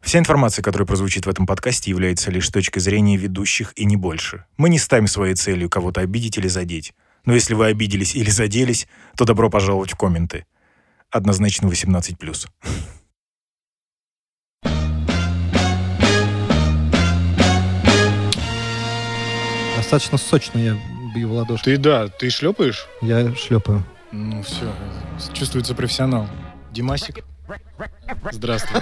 Вся информация, которая прозвучит в этом подкасте, является лишь точкой зрения ведущих и не больше. Мы не ставим своей целью кого-то обидеть или задеть. Но если вы обиделись или заделись, то добро пожаловать в комменты. Однозначно 18+. Достаточно сочно я бью в ладоши. Ты шлепаешь? Я шлепаю. Ну все, чувствуется профессионал. Димасик, здравствуй.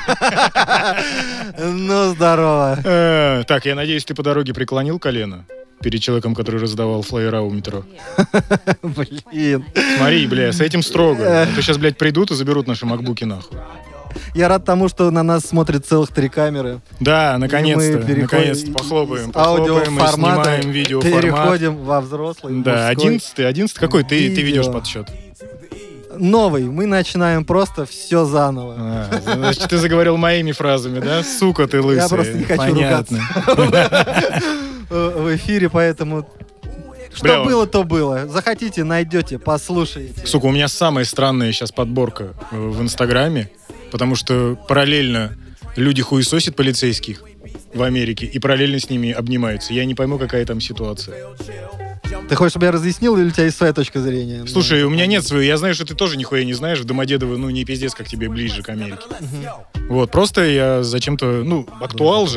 Ну, здорово. Так, я надеюсь, ты по дороге преклонил колено перед человеком, который раздавал флайера у метро. Блин. Смотри, бля, с этим строго. А то сейчас, блядь, придут и заберут наши макбуки нахуй. Я рад тому, что на нас смотрят целых 3 камеры. Да, наконец-то похлопаем. Похлопаем и снимаем видеоформат. Переходим во взрослый. Да, 11 какой ты ведешь подсчет? Новый. Мы начинаем просто все заново. Значит, ты заговорил моими фразами, да? Сука ты лысая. Я просто не хочу Понятно. ругаться в эфире, поэтому... Что было, то было. Захотите, найдете, послушаете. Сука, у меня самая странная сейчас подборка в Инстаграме, потому что параллельно люди хуесосят полицейских в Америке и параллельно с ними обнимаются. Я не пойму, какая там ситуация. Ты хочешь, чтобы я разъяснил, или у тебя есть своя точка зрения? Слушай, у меня нет своей. Я знаю, что ты тоже нихуя не знаешь. В Домодедово, не пиздец, как тебе ближе к Америке. Вот, просто я зачем-то... актуал.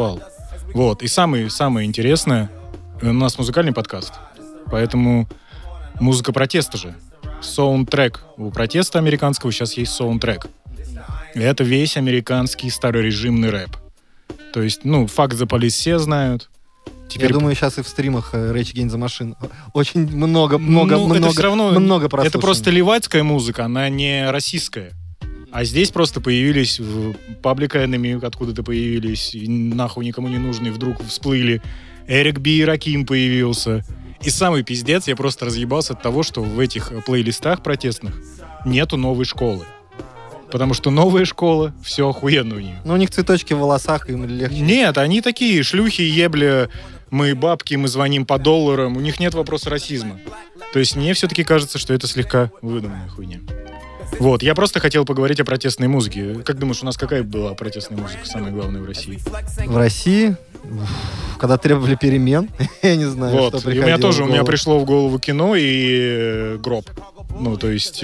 Вот, и самое интересное, у нас музыкальный подкаст. Поэтому музыка протеста же. Саундтрек. У протеста американского сейчас есть саундтрек. И это весь американский старорежимный рэп. То есть, Fuck the Police все знают. Я думаю, сейчас и в стримах Rage Against the Machine очень много прослушано. Это просто ливацкая музыка, она не российская. А здесь просто появились Public Enemy, откуда-то появились, и нахуй никому не нужные, вдруг всплыли. Эрик Би и Раким появился. И самый пиздец, я просто разъебался от того, что в этих плейлистах протестных нету новой школы. Потому что новая школа, все охуенно у них. У них цветочки в волосах, им легче. Нет, они такие шлюхи, ебля, мы бабки, мы звоним по долларам. У них нет вопроса расизма. То есть мне все-таки кажется, что это слегка выдуманная хуйня. Вот, я просто хотел поговорить о протестной музыке. Как думаешь, у нас какая была протестная музыка, самая главная в России? В России? Когда требовали перемен, я не знаю, вот. Что приходило в голову. У меня пришло в голову кино и гроб. То есть...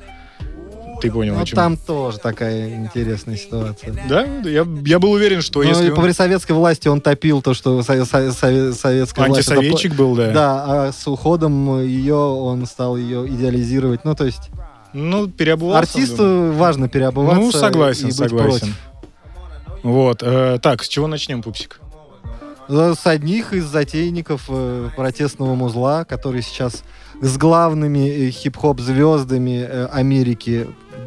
Ты понял, о чем. Там тоже такая интересная ситуация. Да? Я был уверен, что если... При советской власти он топил то, что советская власть... Антисоветчик был, да. Да, а с уходом он стал ее идеализировать. То есть... переобувался. Артисту важно переобуваться. Согласен. Вот. Так, с чего начнем, пупсик? С одних из затейников протестного музла, который сейчас с главными хип-хоп-звездами Америки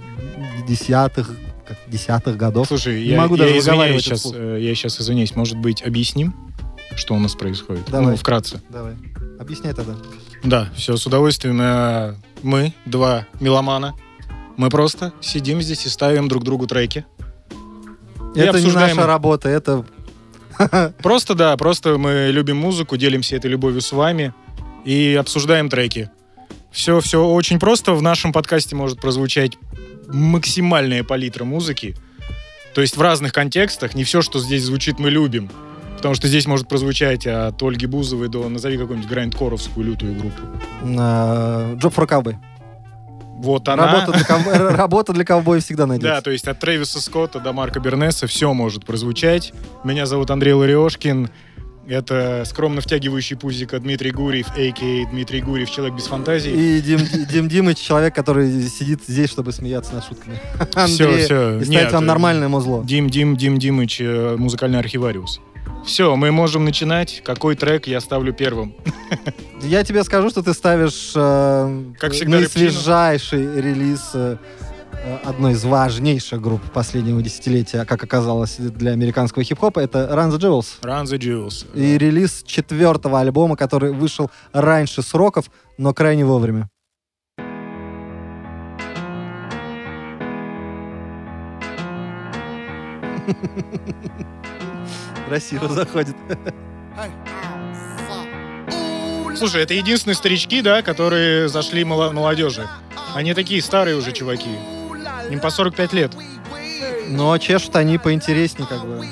десятых годов. Слушай, я сейчас извиняюсь, может быть, объясним, что у нас происходит? Давай. Вкратце. Давай. Объясняй тогда. Да, все, с удовольствием. Мы, 2 меломана, мы просто сидим здесь и ставим друг другу треки. Это не наша работа, это... Просто мы любим музыку, делимся этой любовью с вами и обсуждаем треки. Все очень просто. В нашем подкасте может прозвучать максимальная палитра музыки. То есть в разных контекстах. Не все, что здесь звучит, мы любим. Потому что здесь может прозвучать от Ольги Бузовой до, назови какую-нибудь грайндкоровскую лютую группу. Job for Cowboy. Вот она. Работа для ковбоя всегда найдется. Да, то есть от Трэвиса Скотта до Марка Бернеса все может прозвучать. Меня зовут Андрей Лариошкин. Это скромно втягивающий пузико Дмитрий Гурьев, а.к.а. Дмитрий Гурьев, человек без фантазии. И Дим Димыч, человек, который сидит здесь, чтобы смеяться над шутками. Андрей, все. И ставить вам нормальное музло. Дим Димыч, музыкальный архивариус. Все, мы можем начинать. Какой трек я ставлю первым? Я тебе скажу, что ты ставишь наисвежайший релиз одной из важнейших групп последнего десятилетия, как оказалось, для американского хип-хопа. Это Run the Jewels. Run the Jewels. И релиз 4-го альбома, который вышел раньше сроков, но крайне вовремя. Красиво заходит. Слушай, это единственные старички, да, которые зашли молодежи. Они такие старые уже чуваки. Им по 45 лет. Но чешут они поинтереснее, как бы.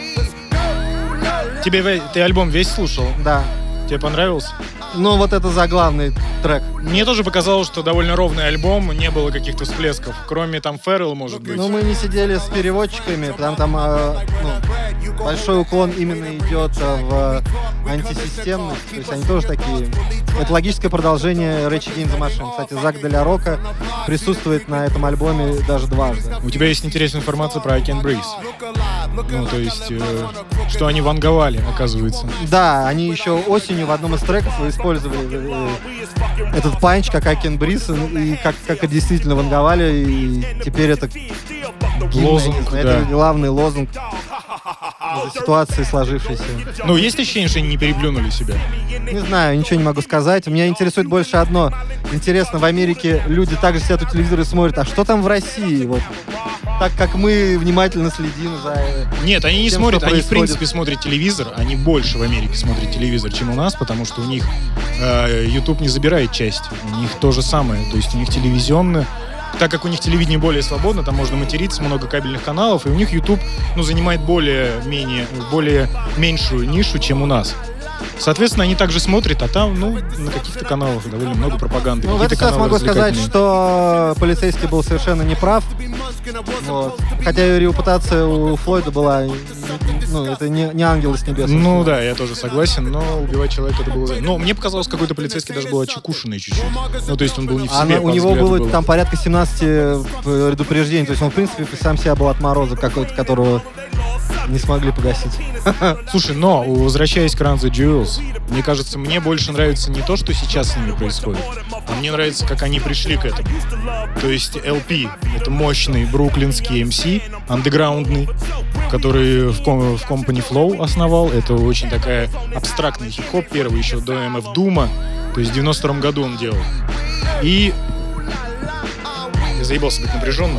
Ты альбом весь слушал? Да. Тебе понравился? Ну, вот это заглавный трек. Мне тоже показалось, что довольно ровный альбом, не было каких-то всплесков, кроме там Феррелл, может быть. Ну, мы не сидели с переводчиками, потому там большой уклон именно идет в антисистемность. То есть они тоже такие... Это логическое продолжение Rage Against the Machine. Кстати, Зак де ля Рока присутствует на этом альбоме даже дважды. У тебя есть интересная информация про I Can't Breathe. Ну, то есть, что они ванговали, оказывается. Да, они еще осенью в одном из треков использовали этот панч, как I Can't Breathe, и как действительно ванговали, и теперь это лозунг, да. Это главный лозунг ситуации сложившейся. Ну, есть ощущение, что они не переплюнули себя? Не знаю, ничего не могу сказать. Меня интересует больше одно. Интересно, в Америке люди также сидят у телевизора и смотрят, а что там в России? Вот. Так как мы внимательно следим за... Нет, они не тем, смотрят, что они в происходит. принципе смотрят телевизор, они больше в Америке смотрят телевизор, чем у нас, потому что у них YouTube не забирает часть, у них то же самое, то есть у них телевизионное, так как у них телевидение более свободно, там можно материться, много кабельных каналов, и у них YouTube занимает более меньшую нишу, чем у нас. Соответственно, они также смотрят, а там, на каких-то каналах довольно много пропаганды. Ну, в этот раз могу сказать, что полицейский был совершенно неправ. Вот. Хотя репутация у Флойда была, это не ангелы с небес. Ну да, я тоже согласен, но убивать человека это было... Но мне показалось, какой-то полицейский даже был очекушенный чуть-чуть. Ну, то есть он был не в себе. У него было там порядка 17 предупреждений. То есть он, в принципе, сам себя был отморозок какой-то, которого не смогли погасить. Слушай, но, возвращаясь к Run the Jewels, мне кажется, мне больше нравится не то, что сейчас с ними происходит, а мне нравится, как они пришли к этому. То есть LP — это мощный бруклинский MC, андеграундный, который в Company Flow основал. Это очень такая абстрактный хип-хоп, первый еще до MF Doom, то есть в 92-м году он делал. И... Я заебался быть напряженным.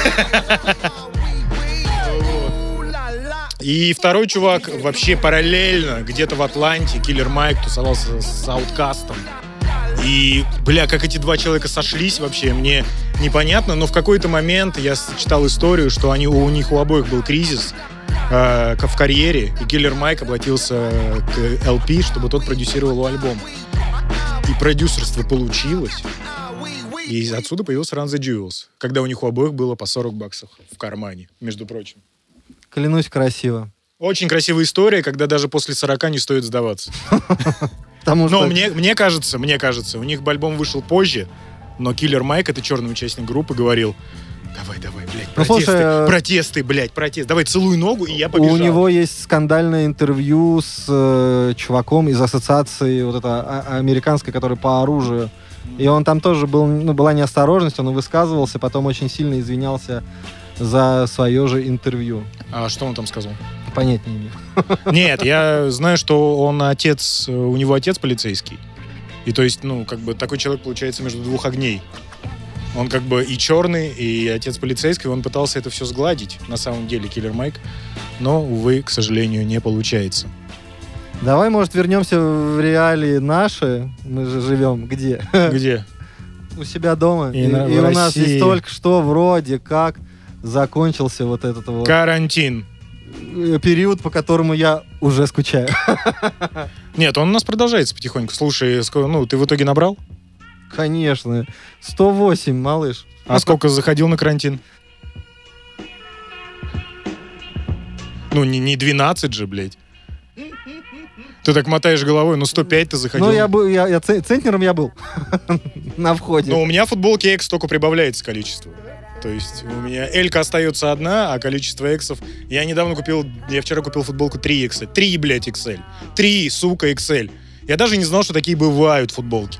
И второй чувак вообще параллельно где-то в Атланте, Killer Mike, тусовался с Ауткастом. И, как эти два человека сошлись вообще, мне непонятно, но в какой-то момент я читал историю, что у них у обоих был кризис в карьере, и Killer Mike обратился к LP, чтобы тот продюсировал альбом. И продюсерство получилось, и отсюда появился Run the Jewels, когда у них у обоих было по $40 в кармане, между прочим. Клянусь, красиво. Очень красивая история, когда даже после 40 не стоит сдаваться. Но мне кажется, у них альбом вышел позже, но Killer Mike, это черный участник группы, говорил: давай, блядь, протесты, давай целуй ногу, и я побежал. У него есть скандальное интервью с чуваком из ассоциации вот это американской, которая по оружию. И он там тоже была неосторожность, он высказывался, потом очень сильно извинялся за свое же интервью. А что он там сказал? Понять не имею. Нет, я знаю, что у него отец полицейский. И то есть, такой человек получается между двух огней. Он и черный, и отец полицейский, он пытался это все сгладить, на самом деле, Killer Mike. Но, увы, к сожалению, не получается. Давай, может, вернемся в реалии наши. Мы же живем где? Где? У себя дома. И у нас есть только что вроде как закончился вот этот вот... Карантин. Период, по которому я уже скучаю. Нет, он у нас продолжается потихоньку. Слушай, ты в итоге набрал? Конечно. 108, малыш. А сколько заходил на карантин? Не 12 же, блядь. Ты так мотаешь головой, 105 ты заходил. Я центнером я был на входе. У меня в футболке X только прибавляется количество. То есть у меня L-ка остается одна, а количество X-ов... Я вчера купил футболку 3XL. 3, блядь, XL. 3, сука, XL. Я даже не знал, что такие бывают футболки.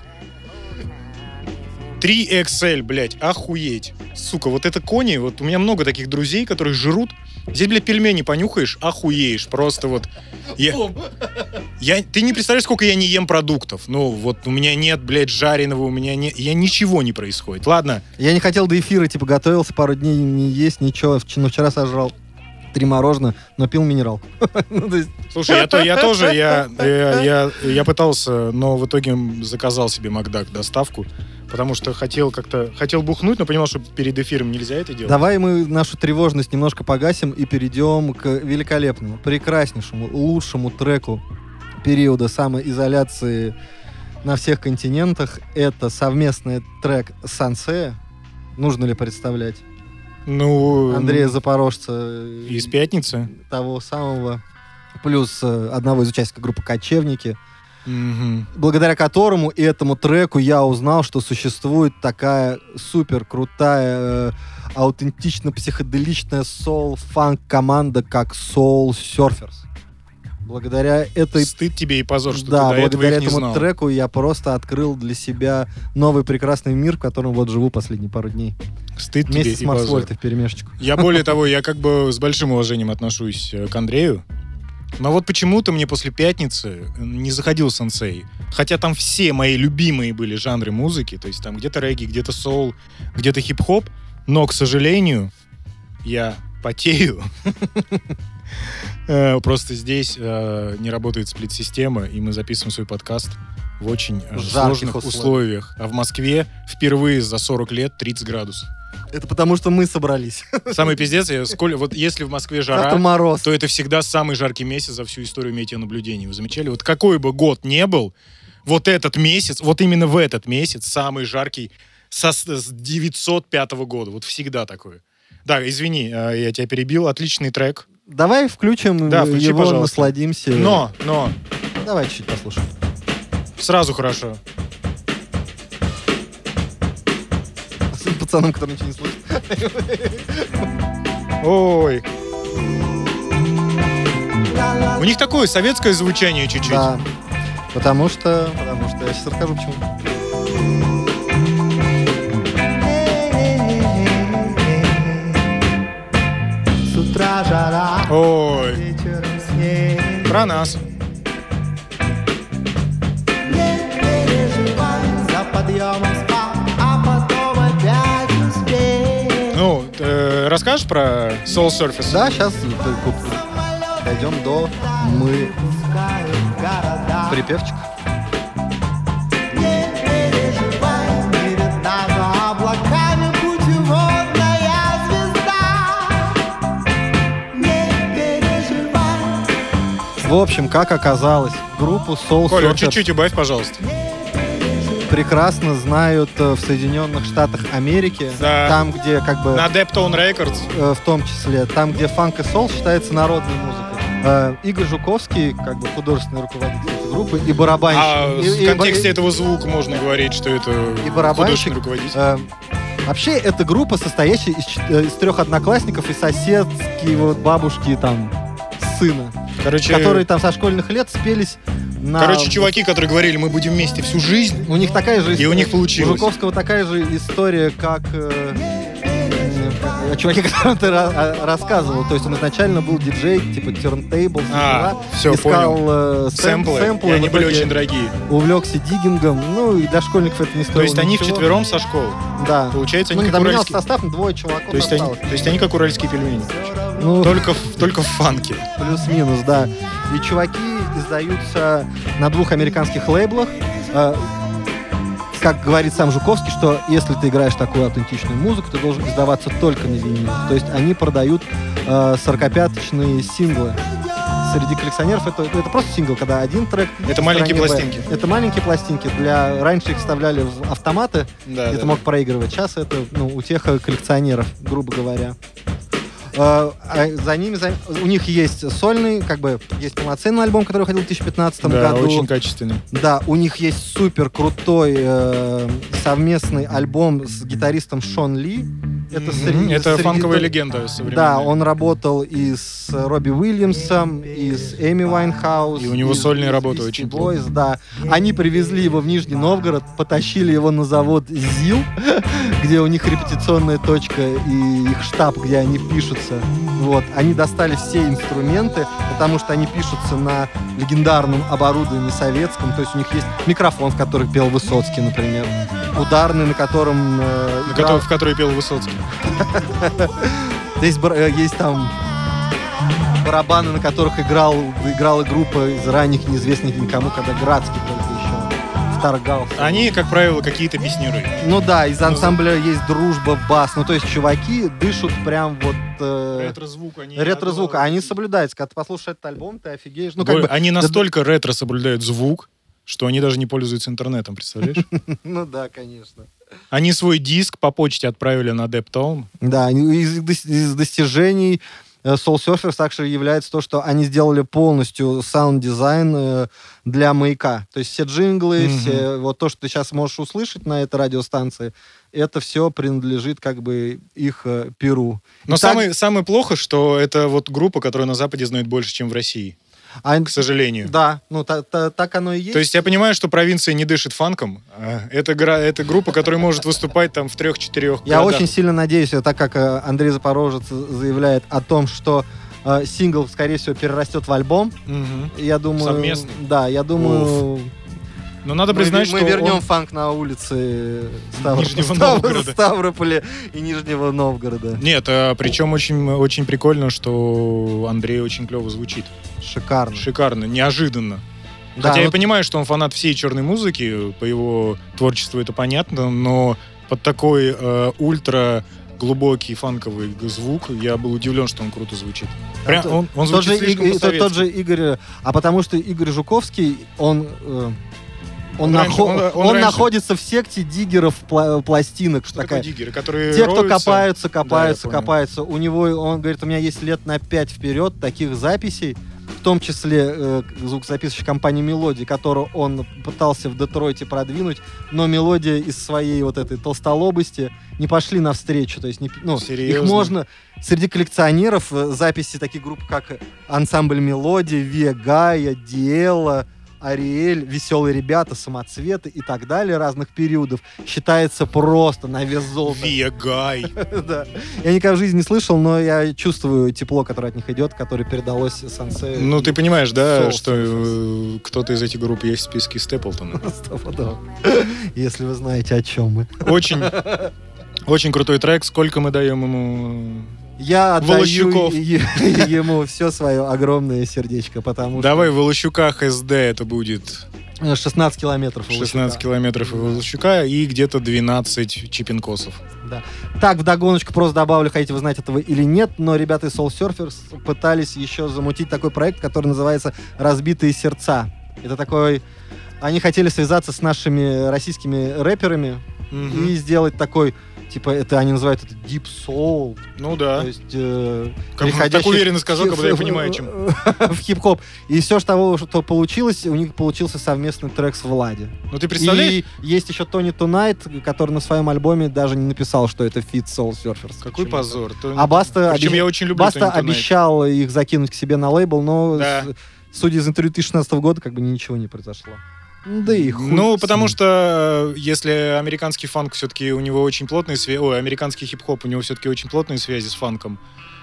3XL, блядь, охуеть. Сука, вот это кони, вот у меня много таких друзей, которые жрут. Здесь, блядь, пельмени понюхаешь, охуеешь. Просто вот... Ты не представляешь, сколько я не ем продуктов. У меня нет, блядь, жареного, ничего не происходит. Ладно. Я не хотел до эфира, готовился пару дней не есть, ничего. Но вчера сожрал 3 мороженого, но пил минералку. Слушай, я тоже, я пытался, но в итоге заказал себе Макдак доставку, Потому что хотел бухнуть, но понимал, что перед эфиром нельзя это делать. Давай мы нашу тревожность немножко погасим и перейдем к великолепному, прекраснейшему, лучшему треку периода самоизоляции на всех континентах. Это совместный трек Сансея. Нужно ли представлять? Ну, Андрея Запорожца. Из «Пятницы». Того самого. Плюс одного из участников группы «Кочевники». Мгм. Благодаря которому и этому треку я узнал, что существует такая супер крутая, аутентично-психоделичная соул-фанк-команда, как Soul Surfers. Благодаря этой... Стыд тебе и позор, что Да, ты до этого благодаря их не этому знал. треку я просто открыл для себя новый прекрасный мир, в котором вот живу последние пару дней. Стыд тебе Вместе с и позор. Марсвольтой вперемешечку. Я более того, я как бы с большим уважением отношусь к Андрею. Но вот почему-то мне после «Пятницы» не заходил сенсей. Хотя там все мои любимые были жанры музыки. То есть там где-то регги, где-то соул, где-то хип-хоп. Но, к сожалению, я потею. Просто здесь не работает сплит-система, и мы записываем свой подкаст в очень жарких сложных условиях. А в Москве впервые за 40 лет 30 градусов. Это потому, что мы собрались. Самый пиздец, вот если в Москве жара, Завтра мороз. то это всегда самый жаркий месяц за всю историю метеонаблюдений. Вы замечали? Вот какой бы год не был, вот этот месяц, вот именно в этот месяц самый жаркий с 905 года. Вот всегда такое. Да, извини, я тебя перебил. Отличный трек. Давай включим Да, включи, его, пожалуйста. насладимся. Но, Давай чуть-чуть послушаем. сразу хорошо. Особенно пацанам, которые ничего не слышат. Ой. У них такое советское звучание чуть-чуть. Да. Потому что я сейчас расскажу, почему. С утра жара, Ой. вечером снег. Про нас. Не переживай, за подъемом спал, а потом опять успех. Ну, расскажешь про Soul Surface? Да, сейчас дойдем до мы Города. припевчик. Не переживай, перед нами облаками путеводная звезда. Не переживай. В общем, как оказалось, группу Soul Коля, Surfers чуть-чуть убавь, пожалуйста. прекрасно знают в Соединенных Штатах Америки. Да. Там, где как бы... На Deptone Records. в том числе, там, где фанк и сол считается народной музыкой. Игорь Жуковский, как бы художественный руководитель этой группы, и барабанщик. А и- в контексте этого звука можно говорить, что это и барабанщик. художественный руководитель. Вообще, это группа, состоящая из 3 одноклассников и соседские вот бабушки там сына, Короче, которые там со школьных лет спелись на... чуваки, которые говорили, мы будем вместе всю жизнь, У них такая же и у них получилось. У Жуковского такая же история, как чуваки, которым ты рассказывал. То есть он изначально был диджей, типа Turntable, все, искал понял. Сэмплы, и они в были итоге очень дорогие. увлекся диггингом. Ну, и для школьников это не стоило То есть они ничего. вчетвером со школы. Да. Получается, Ну, они не как поменялся уральские... состав, но 2 чуваков То есть осталось. они как уральские пельмени. Ну, Только в фанке. плюс-минус, да. И чуваки издаются на 2 американских лейблах. Как говорит сам Жуковский, что если ты играешь такую аутентичную музыку, ты должен издаваться только на виниле. То есть они продают 45-очные синглы. Среди коллекционеров это просто сингл, когда один трек. Это в маленькие стороне Б. пластинки. Это маленькие пластинки. Раньше их вставляли в автоматы, Да, где да. ты мог проигрывать. Сейчас это утеха коллекционеров, грубо говоря. За ними, у них есть сольный, как бы, есть полноценный альбом, который выходил в 2015 Да, году. очень качественный. Да, у них есть супер крутой совместный альбом с гитаристом Шон Ли. Это, Это фанковая легенда современная. Да, он работал и с Робби Уильямсом, и с Эми Уайнхаус. И у него сольные работы Beastie очень Boys, да. Они привезли его в Нижний Новгород, потащили его на завод ЗИЛ, где у них репетиционная точка и их штаб, где они пишутся. Вот. Они достали все инструменты, потому что они пишутся на легендарном оборудовании советском. То есть у них есть микрофон, в который пел Высоцкий, например. Ударный, на котором играл... В который пел Высоцкий. Есть там барабаны, на которых играла группа из ранних, неизвестных никому, когда Градский только еще в восторгался. Они, как правило, какие-то песняры. Ну да, из ансамбля есть дружба, бас. Ну, то есть чуваки дышат прям вот... Ретро-звук они... ретро-звука. Они соблюдаются. Когда ты послушаешь этот альбом, ты офигеешь. Ну, как бы... Они настолько ретро соблюдают звук, что они даже не пользуются интернетом, представляешь? Ну да, конечно. Они свой диск по почте отправили на Дептаун. Да, из достижений Soul Surfers также является то, что они сделали полностью саунд-дизайн для Маяка. То есть все джинглы, все, вот то, что ты сейчас можешь услышать на этой радиостанции, это все принадлежит как бы их перу. Но И так- самое плохо, что это вот группа, которую на Западе знают больше, чем в России. К сожалению. Да, ну так оно и есть. То есть я понимаю, что провинция не дышит фанком. Это группа, которая может выступать там в 3-4 Я городах. очень сильно надеюсь, так как Андрей Запорожец заявляет о том, что сингл, скорее всего, перерастет в альбом. Мгм. Я думаю... Совместный? Да, я думаю... Но надо Мы признать, мы что вернем он- фанк на улице Нижнего Новгорода. Ставрополя и Нижнего Новгорода. Нет, причем очень, очень прикольно, что Андрей очень клево звучит. Шикарно. Шикарно, неожиданно. Да, Хотя я вот понимаю, что он фанат всей черной музыки, по его творчеству это понятно, но под такой ультра глубокий фанковый звук я был удивлен, что он круто звучит. Прям, тот- он тот звучит же, слишком по-советски. тот же Игорь... А потому что Игорь Жуковский, он раньше- находится в секте диггеров пластинок. Что такое диггеры, которые Те, кто роются? копаются. Да, я понял. У него, он говорит, у меня есть лет на 5 вперед таких записей, в том числе звукозаписывающей компании «Мелодия», которую он пытался в Детройте продвинуть, но «Мелодия» из своей вот этой толстолобости не пошли навстречу. То есть, их Серьезно? можно... Среди коллекционеров записи таких групп, как ансамбль «Мелодия», «Виа Гая», «Диэлла», «Ариэль», «Веселые ребята», «Самоцветы» и так далее разных периодов считается просто на вес золота. Виа Гай. Да. Я никогда в жизни не слышал, но я чувствую тепло, которое от них идет, которое передалось Сансею. Ну, ты понимаешь, да, Soul что Surfers. кто-то из этих групп есть в списке Степлтона. Стопудово. Если вы знаете, о чем мы. Очень, очень крутой трек. Сколько мы даем ему? Я отдаю Волощуков. ему все свое огромное сердечко, потому Давай в Волощуках СД это будет что 16 километров. 16 километров в Волощука и где-то 12 чипинкосов. Да. Так, вдогоночку просто добавлю, хотите вы знать этого или нет, но ребята из Soul Surfers пытались еще замутить такой проект, который называется «Разбитые сердца». Это такой... Они хотели связаться с нашими российскими рэперами Мгм. и сделать такой... Типа, это они называют это Deep Soul. Ну да. То есть... Как он так уверенно сказал, как будто я понимаю, чем. В хип-хоп. И все того, что получилось, у них получился совместный трек с Влади. Ну ты представляешь, И есть еще Тони Тунайт, который на своем альбоме даже не написал, что это фит Soul Surfers. какой Почему-то. позор. А Баста, Причем я очень люблю Баста Тони Тунайт. обещал их закинуть к себе на лейбл, но Да. судя из интервью 2016 года, как бы ничего не произошло. Да и хуй Ну, с потому ним. что если американский фанк все-таки у него очень плотные связи, американский хип-хоп у него все-таки очень плотные связи с фанком,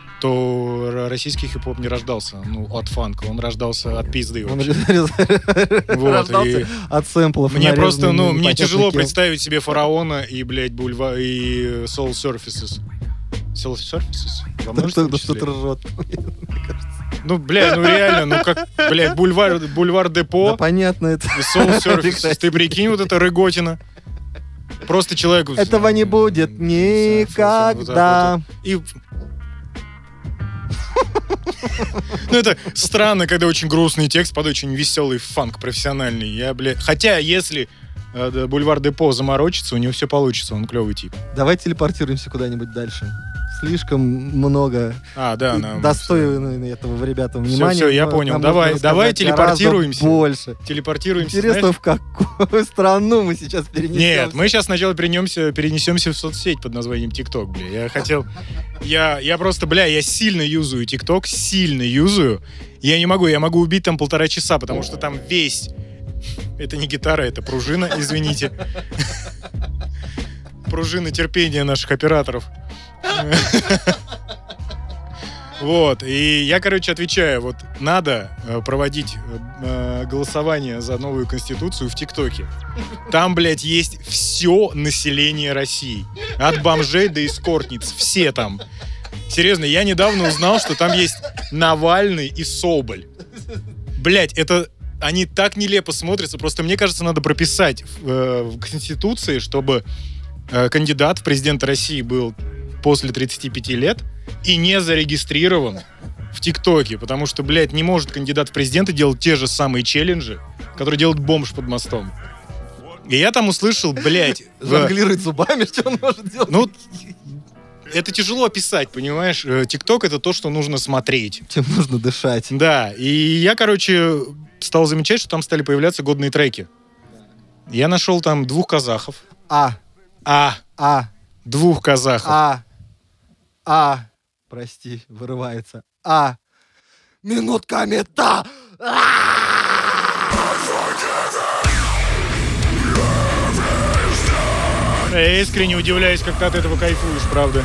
то российский хип-хоп не рождался, от фанка, он рождался от пизды Он вообще. Вот, рождался и от сэмплов. мне просто, нарезанных мне непонятно тяжело кем. представить себе Фараона и, блядь, Бульва и Soul Surfaces. Soul Surfaces? Во множественном Да числе? что-то ржет. Ну, блядь, ну реально, ну как, блядь, бульвар Депо Да понятно это. и Soul Surfaces. Ты прикинь, вот это рыготина. Просто человек... Этого не будет никогда. И... Ну, это странно, когда очень грустный текст под очень веселый фанк профессиональный. Я, блядь... Хотя, если Бульвар Депо заморочится, у него все получится, он клевый тип. Давай телепортируемся куда-нибудь дальше. Слишком много Да, нам... достойно этого в ребятам внимания. Всё, я но понял. нам Давай нужно рассказать телепортируемся. гораздо больше. Телепортируемся, Интересно, знаешь? в какую страну мы сейчас перенесемся? Нет, мы сейчас сначала перенесемся в соцсеть под названием ТикТок, бля. Я хотел... Я просто, бля, я сильно юзаю ТикТок, сильно юзаю. Я не могу, я могу убить там 1,5 часа, потому что там весь... Это не гитара, это пружина, извините. Пружина терпения наших операторов. Вот, и я, короче, отвечаю, вот надо проводить голосование за новую конституцию в ТикТоке. Там, блядь, есть все население России. От бомжей до эскортниц, все там. Серьезно, я недавно узнал, что там есть Навальный и Соболь. Блядь, это они так нелепо смотрятся. Просто мне кажется, надо прописать в Конституции, чтобы кандидат в президенты России был после 35 лет и не зарегистрирован в ТикТоке. Потому что, блядь, не может кандидат в президенты делать те же самые челленджи, которые делает бомж под мостом. И я там услышал, блядь... Жонглирует зубами, что он может делать? Ну, это тяжело описать, понимаешь? ТикТок — это то, что нужно смотреть. Чем нужно дышать. Да, и я, короче, стал замечать, что там стали появляться годные треки. Я нашел там 2 казахов. Двух казахов. Прости, вырывается. Минутка мета! Я искренне удивляюсь, как ты от этого кайфуешь, правда.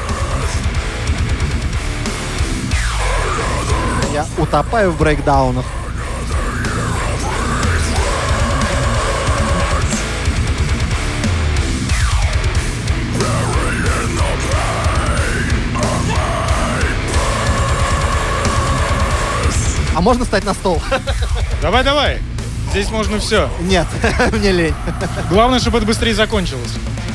Я утопаю в брейкдаунах. А можно встать на стол? Давай. Здесь можно все. Нет, мне лень. Главное, чтобы это быстрее закончилось.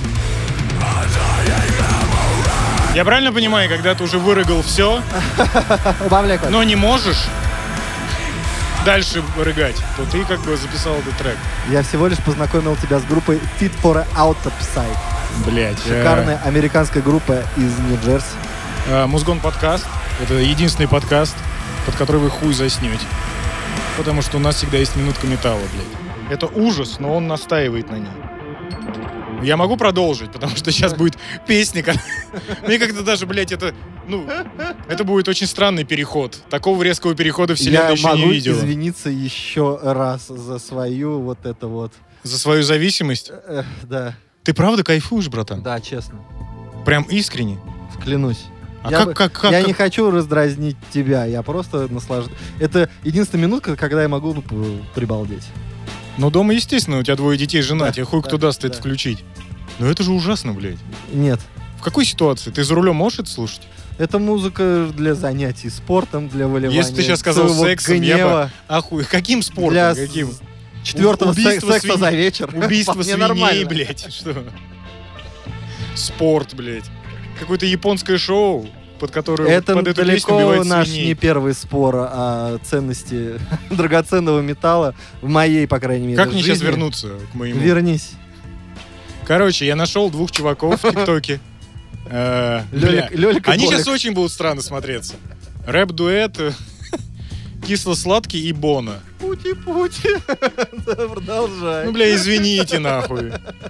Я правильно понимаю, когда ты уже вырыгал все, Убавляй код. но не можешь дальше рыгать, то ты как бы записал этот трек. Я всего лишь познакомил тебя с группой Fit for a Autopsy. Блять. Шикарная американская группа из Нью-Джерси. Музгон подкаст. Это единственный подкаст, под который вы хуй заснете. Потому что у нас всегда есть минутка металла, блядь. Это ужас, но он настаивает на ней. Я могу продолжить, потому что сейчас будет песня. Мне как-то даже, блядь, это будет очень странный переход. Такого резкого перехода вселенная еще не видела. Я могу извиниться еще раз за свою вот это вот... За свою зависимость? Да. Ты правда кайфуешь, братан? Да, честно. Прям искренне? Клянусь. А Я не хочу раздразнить тебя, я просто наслаждаюсь. Это единственная минутка, когда я могу прибалдеть. Ну, дома, естественно, у тебя 2 детей, жена, Да, тебе хуй кто даст да. это включить. Но это же ужасно, блядь. Нет. В какой ситуации? Ты за рулем можешь это слушать? Это музыка для занятий спортом, для выливания Если ты сейчас сказал своего сексом, я гнева, бы... Охуй, каким спортом? для Каким? 4-го Убийство секса свиней. за вечер. Убийство Вполне свиней, нормально. блядь. Что? Спорт, блядь. Какое-то японское шоу, под которое Это под эту песню далеко убивают наш свиней. не первый спор о ценности драгоценного металла в моей, по крайней мере, Как мне сейчас жизни. вернуться к моему? Вернись. Короче, я нашел 2 чуваков в ТикТоке. Бля, Лёлик и они Болик. сейчас очень будут странно смотреться. Рэп-дуэт Кисло-сладкий и Бона. Пути-пути. Да, продолжай. Ну, бля, извините, нахуй.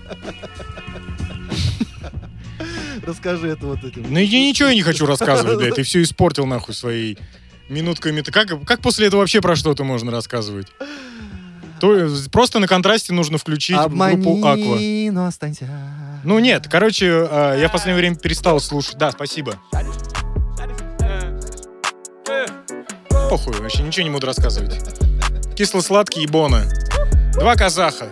Расскажи это вот этим. Ну, я ничего не хочу рассказывать, блядь. Ты все испортил, нахуй, своей минуткой. Как после этого вообще про что-то можно рассказывать? Просто на контрасте нужно включить группу Аква. Обмани, но останься. Ну нет, короче, я в последнее время перестал слушать. Да, спасибо. Похуй, вообще ничего не буду рассказывать. Кисло-сладкий и Бона. 2 казаха.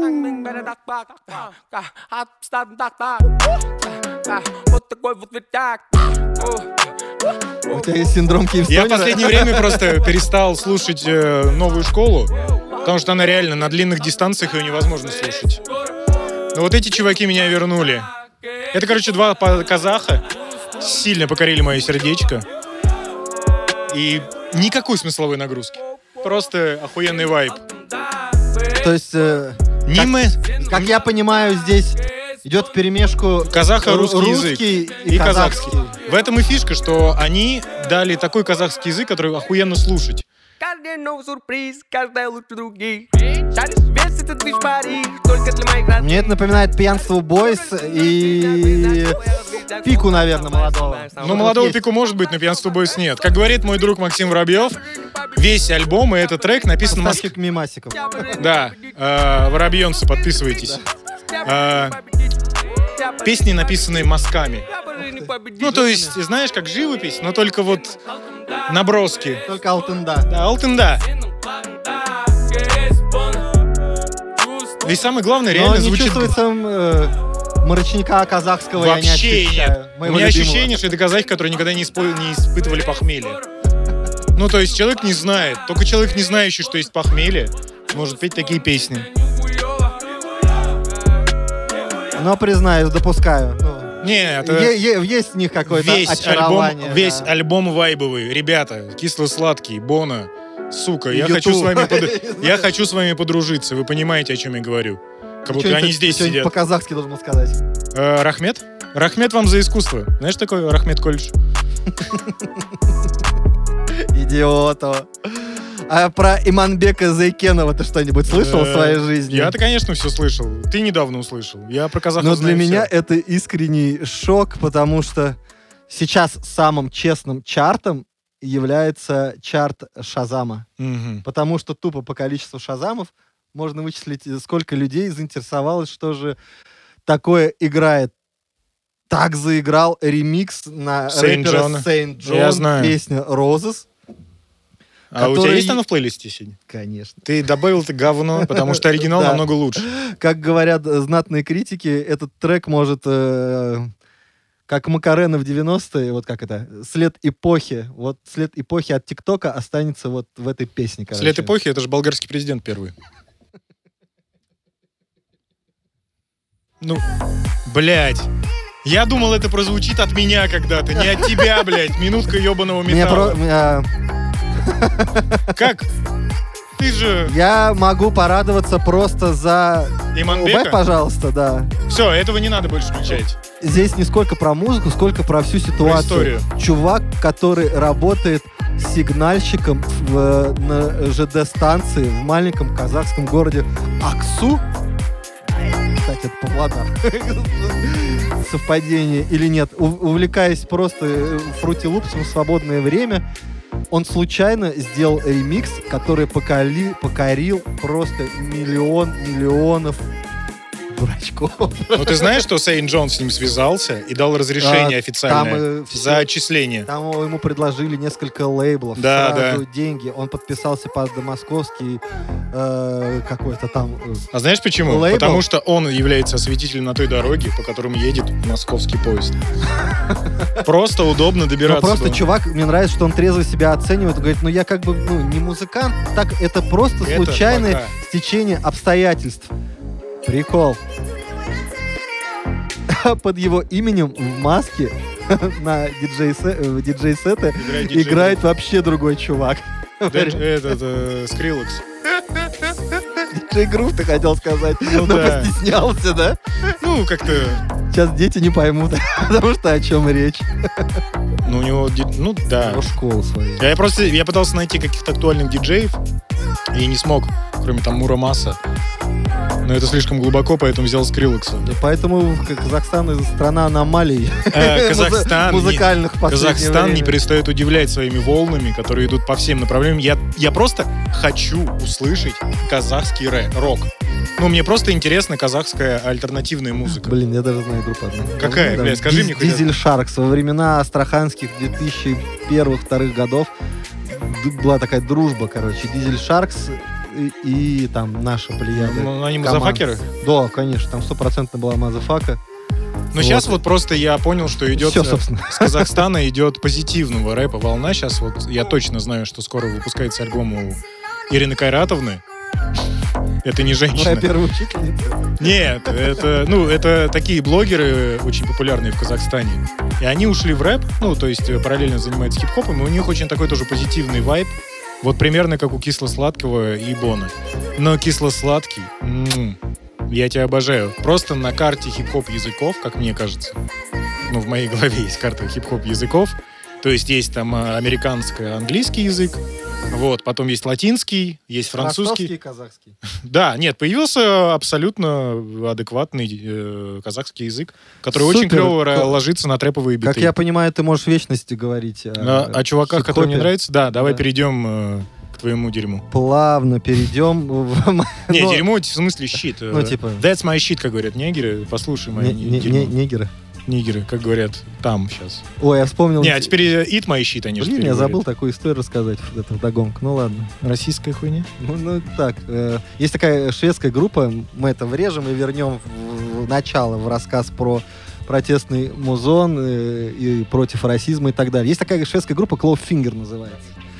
У тебя есть синдром Я Киевстонера? в последнее время просто перестал слушать новую школу, потому что она реально на длинных дистанциях ее невозможно слушать. Но вот эти чуваки меня вернули. Это, короче, 2 казаха сильно покорили мое сердечко. И никакой смысловой нагрузки. Просто охуенный вайб. То есть, как я понимаю, здесь идет вперемешку Казахо-русский язык и казахский. В этом и фишка, что они дали такой казахский язык, который охуенно слушать. Каждый новый сюрприз, каждая лучше других. Шаришь весь этот движ Париж, только для моих родных. Мне это напоминает пьянство Бойс и Пику, наверное, молодого. Ну, молодого Пику может быть, но пьянство Бойс нет. Как говорит мой друг Максим Воробьев, весь альбом и этот трек написан Поставщик мимасиков. Да, воробьенцы, подписывайтесь. Песни, написанные мазками. Ну, то есть, знаешь, как живопись, но только вот наброски. Только Алтында. Да, Алтында. И самое главное, Но реально не звучит... чувствуется морочника казахского, я не Вообще ощущаю. нет. У Моего меня любимого. ощущение, что это казахи, которые никогда не испытывали похмелье. Ну, то есть человек не знает. Только человек, не знающий, что есть похмелье, может петь такие песни. Но, признаюсь, допускаю. Ну, Нет, есть в них какое-то очарование. Весь да. альбом вайбовый. Ребята, кисло-сладкий, Бона. Сука, я YouTube. хочу с вами подружиться. Вы понимаете, о чем я говорю? Как будто они здесь Что-нибудь сидят. по-казахски должен был сказать. Рахмет? Рахмет вам за искусство. Знаешь, такой Рахмет колледж? Идиоту. А про Иманбека Зайкенова ты что-нибудь слышал в своей жизни? Я-то, конечно, все слышал. Ты недавно услышал. Я про казахов Но знаю для меня всё. это искренний шок, потому что сейчас самым честным чартом является чарт Шазама. Мгм. Потому что тупо по количеству Шазамов можно вычислить, сколько людей заинтересовалось, что же такое играет. Так заиграл ремикс на Saint рэпера John. Saint John, Я знаю. песня Roses. А у тебя который- есть оно в плейлисте сегодня? Конечно. Ты добавил это говно, потому что оригинал Да. намного лучше. Как говорят знатные критики, этот трек может, как Макарена в 90-е, вот как это, след эпохи. Вот след эпохи от ТикТока останется вот в этой песне, короче. След эпохи — это же болгарский президент первый. Ну, блядь. Я думал, это прозвучит от меня когда-то, не от тебя, блядь. Минутка ебаного металла. Как? Ты же Я могу порадоваться просто за... Иманбека? Убавь, пожалуйста, да. Все, этого не надо больше включать. Здесь не сколько про музыку, сколько про всю ситуацию. историю. Чувак, который работает сигнальщиком на ЖД-станции в маленьком казахском городе Аксу. Кстати, это Павлодар. Совпадение или нет. Увлекаясь просто фрути-лупсом в свободное время, он случайно сделал ремикс, который покорил просто миллионов дурачков. Ну, ты знаешь, что Сейн Джон с ним связался и дал разрешение официальное всё- за отчисление? Там ему предложили несколько лейблов, Да, сразу да. деньги. Он подписался под московский какой-то там... А знаешь почему? Лейбл? Потому что он является осветителем на той дороге, по которым едет московский поезд. Просто удобно Ну, добираться. просто было. чувак, мне нравится, что он трезво себя оценивает. Он говорит, ну я как бы не музыкант, так это просто Это случайное пока. стечение обстоятельств. Прикол. Под его именем в маске на диджей-сеты Играет диджей играет вообще другой чувак. Скриллекс. Диджей Грув, ты хотел сказать, но да. постеснялся, да? Ну, как-то... Сейчас дети не поймут, потому что о чем речь. Ну, у него... Ну, да. Про школу свою. Я пытался найти каких-то актуальных диджеев и не смог, кроме там Мурамаса. Но это слишком глубоко, поэтому взял Скриллекса. И поэтому Казахстан страна аномалий. Казахстан Музыкальных в последнее Казахстан не время. перестает удивлять своими волнами, которые идут по всем направлениям. Я просто хочу услышать казахский рок. Ну, мне просто интересна казахская альтернативная музыка. Блин, я даже знаю группу одну. Какая, Да, блядь, скажи мне хоть Дизель Шаркс. Во времена астраханских 2001-2002 годов была такая дружба, короче. Дизель Шаркс и там наша плеяда. Ну, они команд. мазафакеры? Да, конечно, там 100% была мазафака. Но сейчас вот просто я понял, что идет Всё, собственно. с Казахстана идет позитивного рэпа волна. Сейчас вот я точно знаю, что скоро выпускается альбом у Ирины Кайратовны. Это не женщина. Моя первая учительница. Нет, это такие блогеры очень популярные в Казахстане. И они ушли в рэп, ну, то есть параллельно занимаются хип-хопом, и у них очень такой тоже позитивный вайб. Вот примерно как у Кисло-сладкого и Бона. Но Кисло-сладкий, я тебя обожаю. Просто на карте хип-хоп языков, как мне кажется, ну, в моей голове есть карта хип-хоп языков, то есть есть там американско-английский язык, вот, потом есть латинский, есть французский. Ростовский и казахский. Да, нет, появился абсолютно адекватный казахский язык, который очень Супер. клево ложится на трэповые биты. Как я понимаю, ты можешь в вечности говорить О чуваках, хип-хопе. которые мне нравятся, да, давай Да. перейдем к твоему дерьму. Плавно перейдем в... Не, Но- дерьмо в смысле щит. Ну, типа- That's my shit, как говорят негры. Послушай мои дерьмо. Негры. Нигеры, как говорят там сейчас. Ой, я вспомнил... Не, а теперь eat my shit, они же Блин, теперь я забыл говорят. такую историю рассказать это вдогонку. Ну ладно. Российская хуйня? Ну так. Есть такая шведская группа, мы это врежем и вернем в начало, в рассказ про протестный музон и против расизма и так далее. Есть такая шведская группа, Clawfinger называется.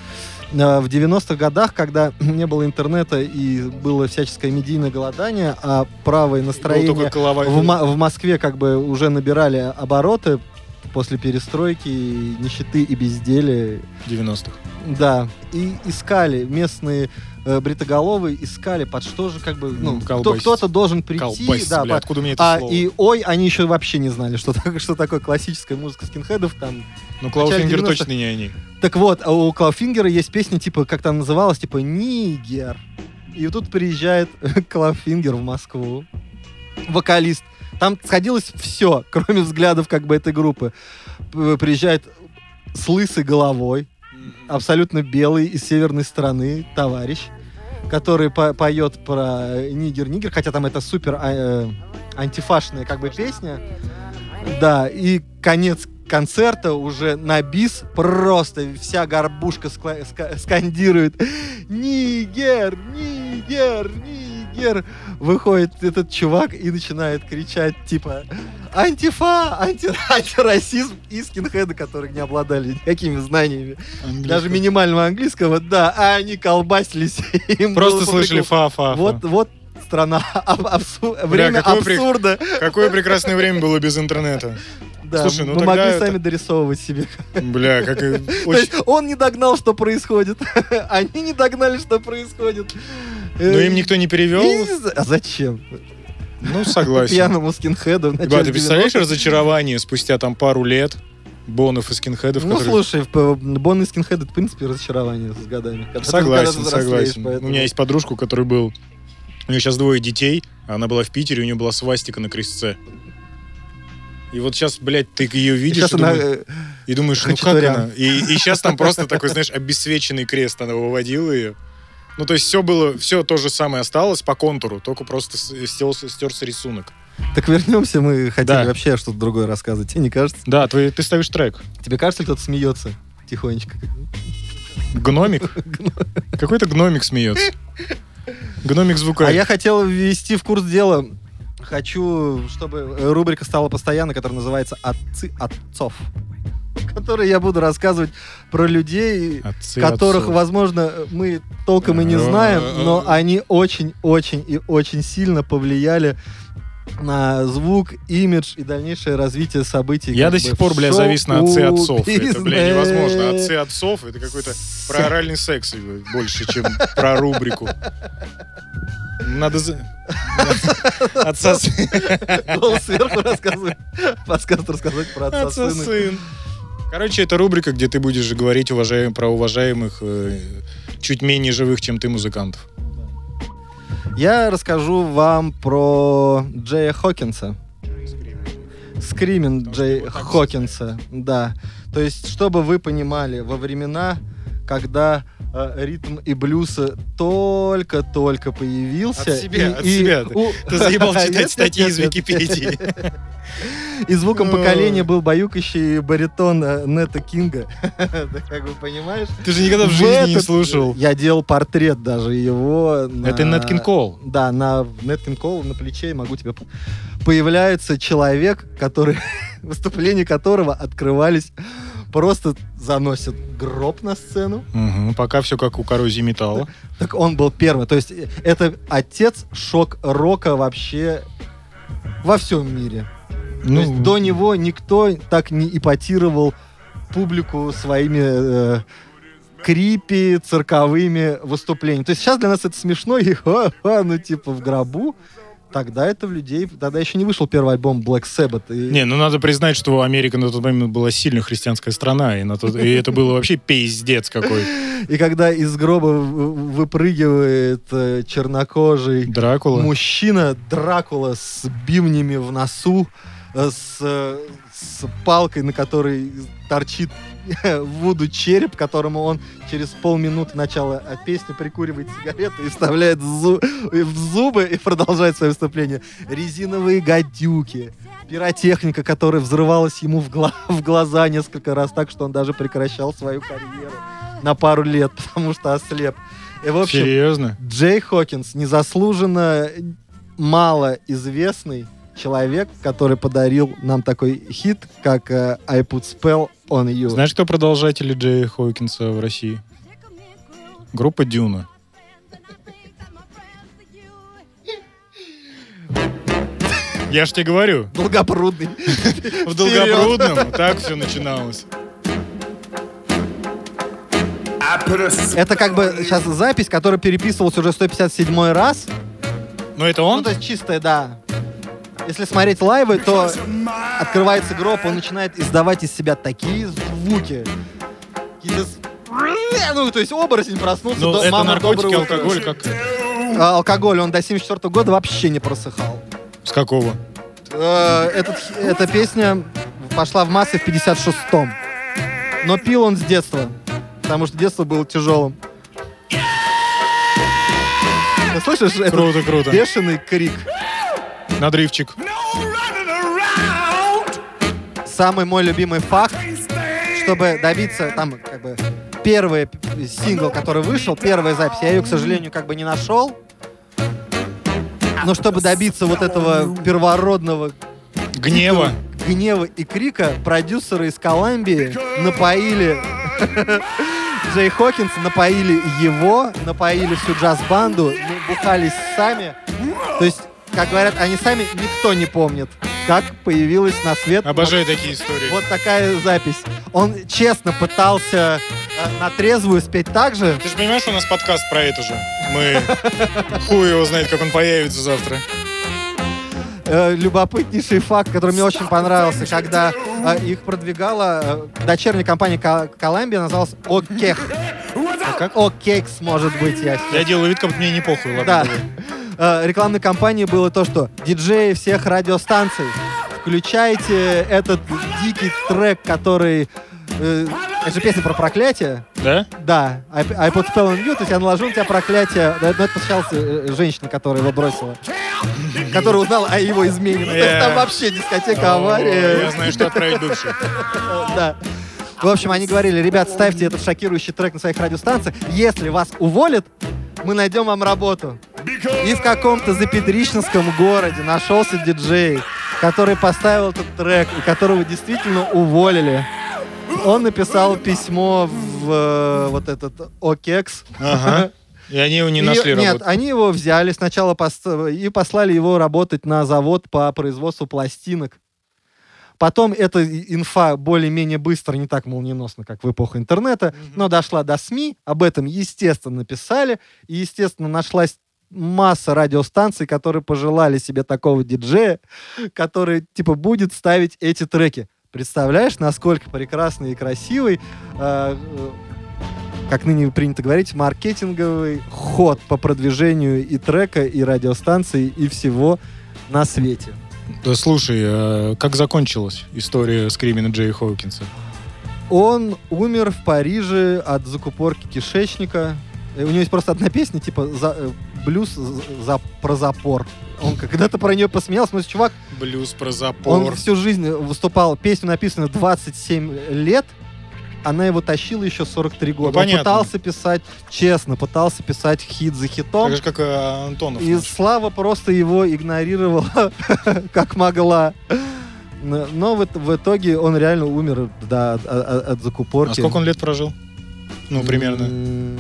в 90-х годах, когда не было интернета и было всяческое медийное голодание, а правые Был настроения только коловой. в Москве как бы уже набирали обороты после перестройки, нищеты и безделия. 90-х. Да, и искали местные бритоголовые, искали, под что же как бы, ну, Колбасить. кто-то должен прийти. Колбасить, Да, бля, под- откуда мне это слово? и они еще вообще не знали, что такое классическая музыка скинхедов там. Ну, Клауфингер 90-х. точно не они. Так вот, а у Клауфингера есть песня, типа, как там называлась, типа «Нигер». И тут приезжает Клауфингер в Москву, вокалист. Там сходилось все, кроме взглядов как бы этой группы. Приезжает с лысой головой, абсолютно белый, из северной страны товарищ, который поет про нигер-нигер, хотя там это супер антифашная как бы песня. Да, и конец концерта уже на бис, просто вся горбушка скандирует «Нигер! Нигер! Нигер!» Выходит этот чувак и начинает кричать типа «Антифа! Антирасизм!» и скинхеды, которые не обладали никакими знаниями, даже минимального английского, да, а они колбасились. Им Просто было по слышали приколу. фа-фа. Вот страна, время какой абсурда. Какое прекрасное время было без интернета. Да, Слушай, ну мы тогда могли это- сами дорисовывать себе. Бля, как и То есть он не догнал, что происходит. Они не догнали, что происходит. Но им никто не перевел. А зачем? Ну, согласен. Пьяному скинхеду в Ба, начале ты представляешь 90-х? разочарование спустя там пару лет бонов и скинхедов, Ну, которые... слушай, Бонны и скинхеды, это, в принципе, разочарование с годами. Когда ты Согласен, взрослеешь, согласен. поэтому- У меня есть подружка, у которой был... У нее сейчас 2 детей, а она была в Питере, у нее была свастика на крестце. И вот сейчас, блядь, ты ее видишь Сейчас и, она, думаешь, ну как Хачатурян. она? И сейчас там просто такой, знаешь, обесцвеченный крест, она выводила ее. Ну, то есть все то же самое осталось по контуру, только просто стерся рисунок. Так вернемся, мы хотели Да. вообще что-то другое рассказывать. Тебе не кажется? Да, ты ставишь трек. Тебе кажется, ли кто-то смеется тихонечко? Гномик? Какой-то гномик смеется. Гномик звукарь. А я хотел ввести в курс дела. Хочу, чтобы рубрика стала постоянной, которая называется «Отцы отцов», в которой я буду рассказывать про людей, Отцы которых, отцов. возможно, мы толком и не знаем, но они очень-очень и очень сильно повлияли на звук, имидж и дальнейшее развитие событий. Я как до бы сих пор, в бля, завис на отцы отцов. Это, бля, шоу-бизнесе. невозможно. Отцы отцов — это какой-то про оральный секс больше, чем про рубрику. Надо... Отца Голос сверху рассказывает. Подсказ рассказать про отца Отца сына. сын. Короче, это рубрика, где ты будешь говорить про уважаемых, чуть менее живых, чем ты, музыкантов. Я расскажу вам про Джея Хокинса. Скримин Джей Хокинса, да. То есть, чтобы вы понимали, во времена, когда ритм и блюз только-только появился... От себя. Ты заебал читать статьи из Википедии. И звуком поколения был баюкающий баритон Нета Кинга. Ты как бы понимаешь? Ты же никогда в жизни не слушал. Я делал портрет даже его. Это Нэт Кинг Кол. Да, на Нэт Кинг Кол на плече, могу тебе... Появляется человек, который... выступления которого открывались... Просто заносят гроб на сцену. Угу, пока все как у коррозии металла. Так он был первый. То есть это отец шок-рока вообще во всем мире. То есть до него никто так не ипотировал публику своими крипи, цирковыми выступлениями. То есть сейчас для нас это смешно, и ну типа в гробу. Тогда это в людей... Тогда еще не вышел первый альбом Black Sabbath. И... Не, ну надо признать, что Америка на тот момент была сильно христианская страна, и это было вообще пиздец какой. И когда из гроба выпрыгивает чернокожий Дракула. мужчина, Дракула с бивнями в носу, с палкой, на которой торчит Вуду череп, которому он через полминуты начала песни прикуривает сигарету и вставляет в зубы и продолжает свое выступление. Резиновые гадюки, пиротехника, которая взрывалась ему в глаза несколько раз так, что он даже прекращал свою карьеру на пару лет, потому что ослеп. И, в общем, Серьезно? Джей Хокинс незаслуженно малоизвестный человек, который подарил нам такой хит, как I Put Spell on You. Знаешь, кто продолжатели Джея Хокинса в России? Группа Дюна. Я ж тебе говорю, Долгопрудный. в Долгопрудном так все начиналось. Это как бы сейчас запись, которая переписывалась уже 157 раз. Но это Ну, он? то есть чистая, да. Если смотреть лайвы, то открывается гроб, он начинает издавать из себя такие звуки. Какие-то ну, то есть оборотень проснулся, Ну, это мама, наркотики, доброе утро. алкоголь, как... Алкоголь, он до 74 года вообще не просыхал. С какого? Эта песня пошла в массы в 56-м. Но пил он с детства, потому что детство было тяжелым. Ты слышишь этот Круто, круто. бешеный крик? Надрывчик. Самый мой любимый факт, чтобы добиться, там, как бы, первый сингл, который вышел, первая запись, я ее, к сожалению, как бы не нашел. Но чтобы добиться вот этого первородного Гнева. гнева и крика, продюсеры из Колумбии напоили Джей Хокинса, напоили его, напоили всю джаз-банду, бухались сами. То есть, как говорят, они сами, никто не помнит, как появилась на свет Обожаю такие истории. вот такая запись. Он честно пытался на трезвую спеть так же. Ты же понимаешь, что у нас подкаст про это же? Мы... Хуй его знает, как он появится завтра. Любопытнейший факт, который мне очень понравился, когда их продвигала дочерняя компания Columbia, называлась Окех. как? Окекс, может быть, я Я делаю вид, как будто мне не похуй. Ладно, Да. давай. Рекламной кампанией было то, что диджеи всех радиостанций, включайте этот дикий трек, который... это же песня про проклятие. Да? Да, I put spell on you, то есть я наложил на тебя проклятие. Но это посвящалось женщине, которая его бросила. Которая узнала о его измене. Ну, то есть там вообще дискотека, Я авария. знаю, что отправить бывших. Да. В общем, они говорили, ребят, ставьте этот шокирующий трек на своих радиостанциях. Если вас уволят, мы найдем вам работу. И в каком-то запедричном городе нашелся диджей, который поставил этот трек, и которого действительно уволили. Он написал письмо в вот этот Окекс. Ага. И они его не нашли Нет, работу. они его взяли сначала и послали его работать на завод по производству пластинок. Потом эта инфа более-менее быстро, не так молниеносно, как в эпоху интернета, но дошла до СМИ, об этом, естественно, написали, и, естественно, нашлась масса радиостанций, которые пожелали себе такого диджея, который, типа, будет ставить эти треки. Представляешь, насколько прекрасный и красивый, как ныне принято говорить, маркетинговый ход по продвижению и трека, и радиостанции, и всего на свете. Да слушай, а как закончилась история скримена Джей Хоукинса? Он умер в Париже от закупорки кишечника. У него есть просто одна песня, типа блюз про запор. Он когда-то про нее посмеялся, но чувак, Блюз про он запор. всю жизнь выступал, песню написано 27 лет, она его тащила еще 43 года. Ну, Он понятно. пытался писать, честно, пытался писать хит за хитом. Так же, как и Антонов. И наш. Слава просто его игнорировала как могла. Но в итоге он реально умер, да, от закупорки. А сколько он лет прожил? Ну, примерно.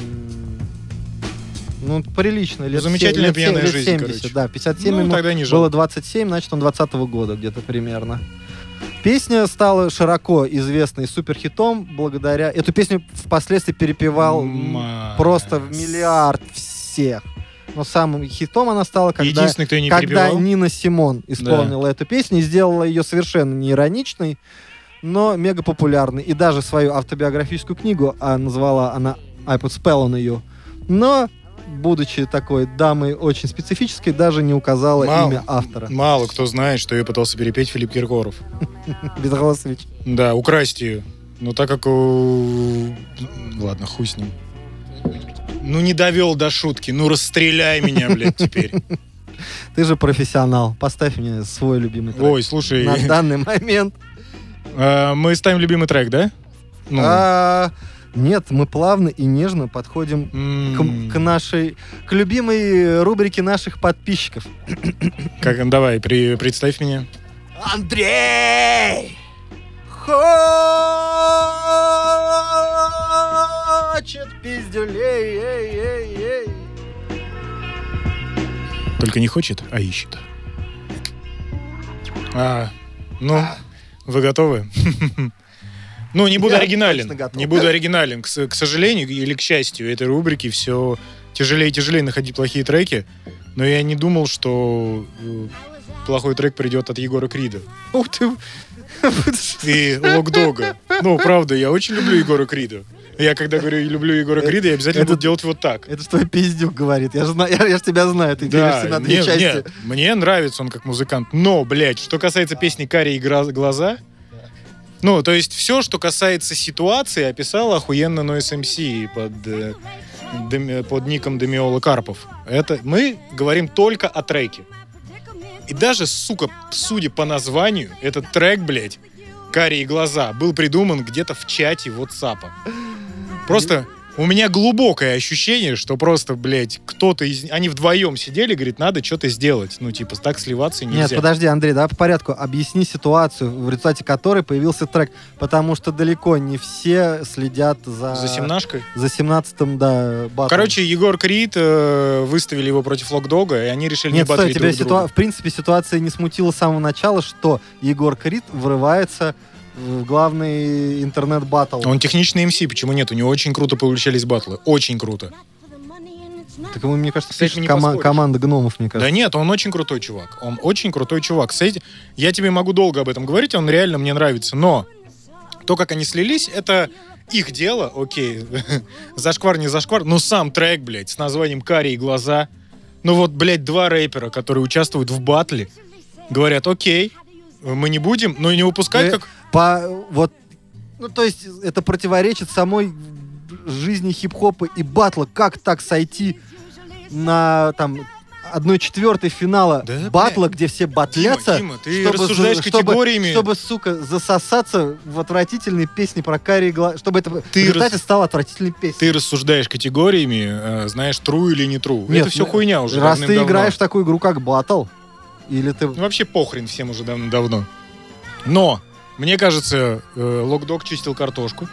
Ну, прилично. Лет замечательная пьяная лет жизнь, 70, короче. да. 57 Ну, ему тогда не было жалко. 27, значит, он 20-го года где-то примерно. Песня стала широко известной суперхитом благодаря... Эту песню впоследствии перепевал просто в миллиард всех. Но самым хитом она стала, когда Единственный, кто ее не когда перепевал. Нина Симон исполнила эту песню и сделала ее совершенно не ироничной, но мега популярной. И даже свою автобиографическую книгу назвала она I Put Spell on You. Но, будучи такой дамой очень специфической, даже не указала имя автора. Мало кто знает, что ее пытался перепеть Филипп Киркоров. Безголосович. Да, украсть ее. Но так как... Ладно, хуй с ним. Ну, не довел до шутки. Ну, расстреляй меня, блядь, теперь. Ты же профессионал. Поставь мне свой любимый трек. Ой, слушай, На данный момент. мы ставим любимый трек, да? Ну, Нет, мы плавно и нежно подходим к любимой рубрике наших подписчиков. Давай, представь меня. Андрей хочет пиздюлей, эй, эй, эй. Только не хочет, а ищет. Вы готовы? Ну, не буду Я оригинален. точно готов. Не буду оригинален. К сожалению или к счастью, этой рубрики все тяжелее и тяжелее находить плохие треки. Но я не думал, что плохой трек придет от Егора Крида Ух ты. и Лок Дога. Ну, правда, я очень люблю Егора Крида. Я когда говорю люблю Егора Крида, я обязательно буду делать вот так. Это что пиздюк говорит. Я же тебя знаю, ты делишься на две части. Нет, мне нравится он как музыкант. Но, блядь, что касается песни «Карие глаза», ну, то есть все, что касается ситуации, описал охуенно Noise MC под ником Демиола Карпов. Это мы говорим только о треке. И даже, сука, судя по названию, этот трек, блядь, «Карие глаза», был придуман где-то в чате WhatsApp. Просто у меня глубокое ощущение, что просто, блядь, кто-то из... Они вдвоем сидели, говорит, надо что-то сделать. Ну, типа, так сливаться нельзя. Нет, подожди, Андрей, давай по порядку. Объясни ситуацию, в результате которой появился трек. Потому что далеко не все следят за... За семнашкой? За 17-м, да, батлом. Короче, Егор Крид выставили его против Лок Дога, и они решили Нет, не стой, батлить тебя друг друга. в принципе ситуация не смутила с самого начала, что Егор Крид врывается в главный интернет-баттл. Он техничный МС, почему нет? У него очень круто получались батлы. Очень круто. Так ему, мне кажется, С этим пишет не поспоришь. команда гномов, мне Да кажется. нет, он очень крутой чувак. Он очень крутой чувак. Я тебе могу долго об этом говорить, он реально мне нравится. Но то, как они слились, это их дело, окей. Зашквар, не зашквар. Но сам трек, блядь, с названием «Карие глаза». Ну вот, блядь, два рэпера, которые участвуют в батле, говорят, окей, мы не будем, но и не выпускать как... Ну, то есть, это противоречит самой жизни хип-хопа и батла. Как так сойти на, там, 1/4 финала Да, батла, где все батлятся, Дима, ты рассуждаешь категориями. чтобы, сука, засосаться в отвратительные песни про карие глаза, чтобы это в Ты результате стало отвратительной песней. Ты рассуждаешь категориями, знаешь, true или не true. Нет, Это все хуйня уже раз ты давным-давно. играешь в такую игру, как батл, или ты... Ну, вообще похрен всем уже давно. Но, мне кажется, Лок Дог чистил картошку.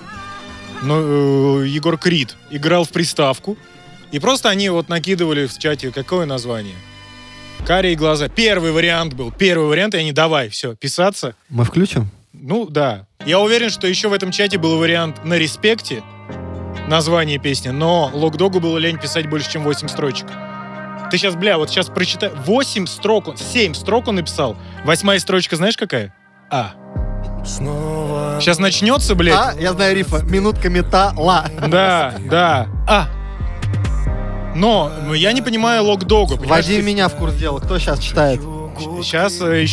Но Егор Крид играл в приставку. И просто они вот накидывали в чате, какое название? «Карие глаза». Первый вариант был. Первый вариант, и они, давай, все, писаться. Мы включим? Ну, да. Я уверен, что еще в этом чате был вариант «На респекте», название песни, но Лок Догу было лень писать больше, чем 8 строчек. Ты сейчас, вот сейчас прочитай. 7 строк он написал. 8-я строчка знаешь какая? А. Сейчас начнется, блядь. Я знаю рифа. Минутка металла. Да. А. Но я не понимаю Лок Дога. Вводи меня в курс дела. Кто сейчас читает? Сейчас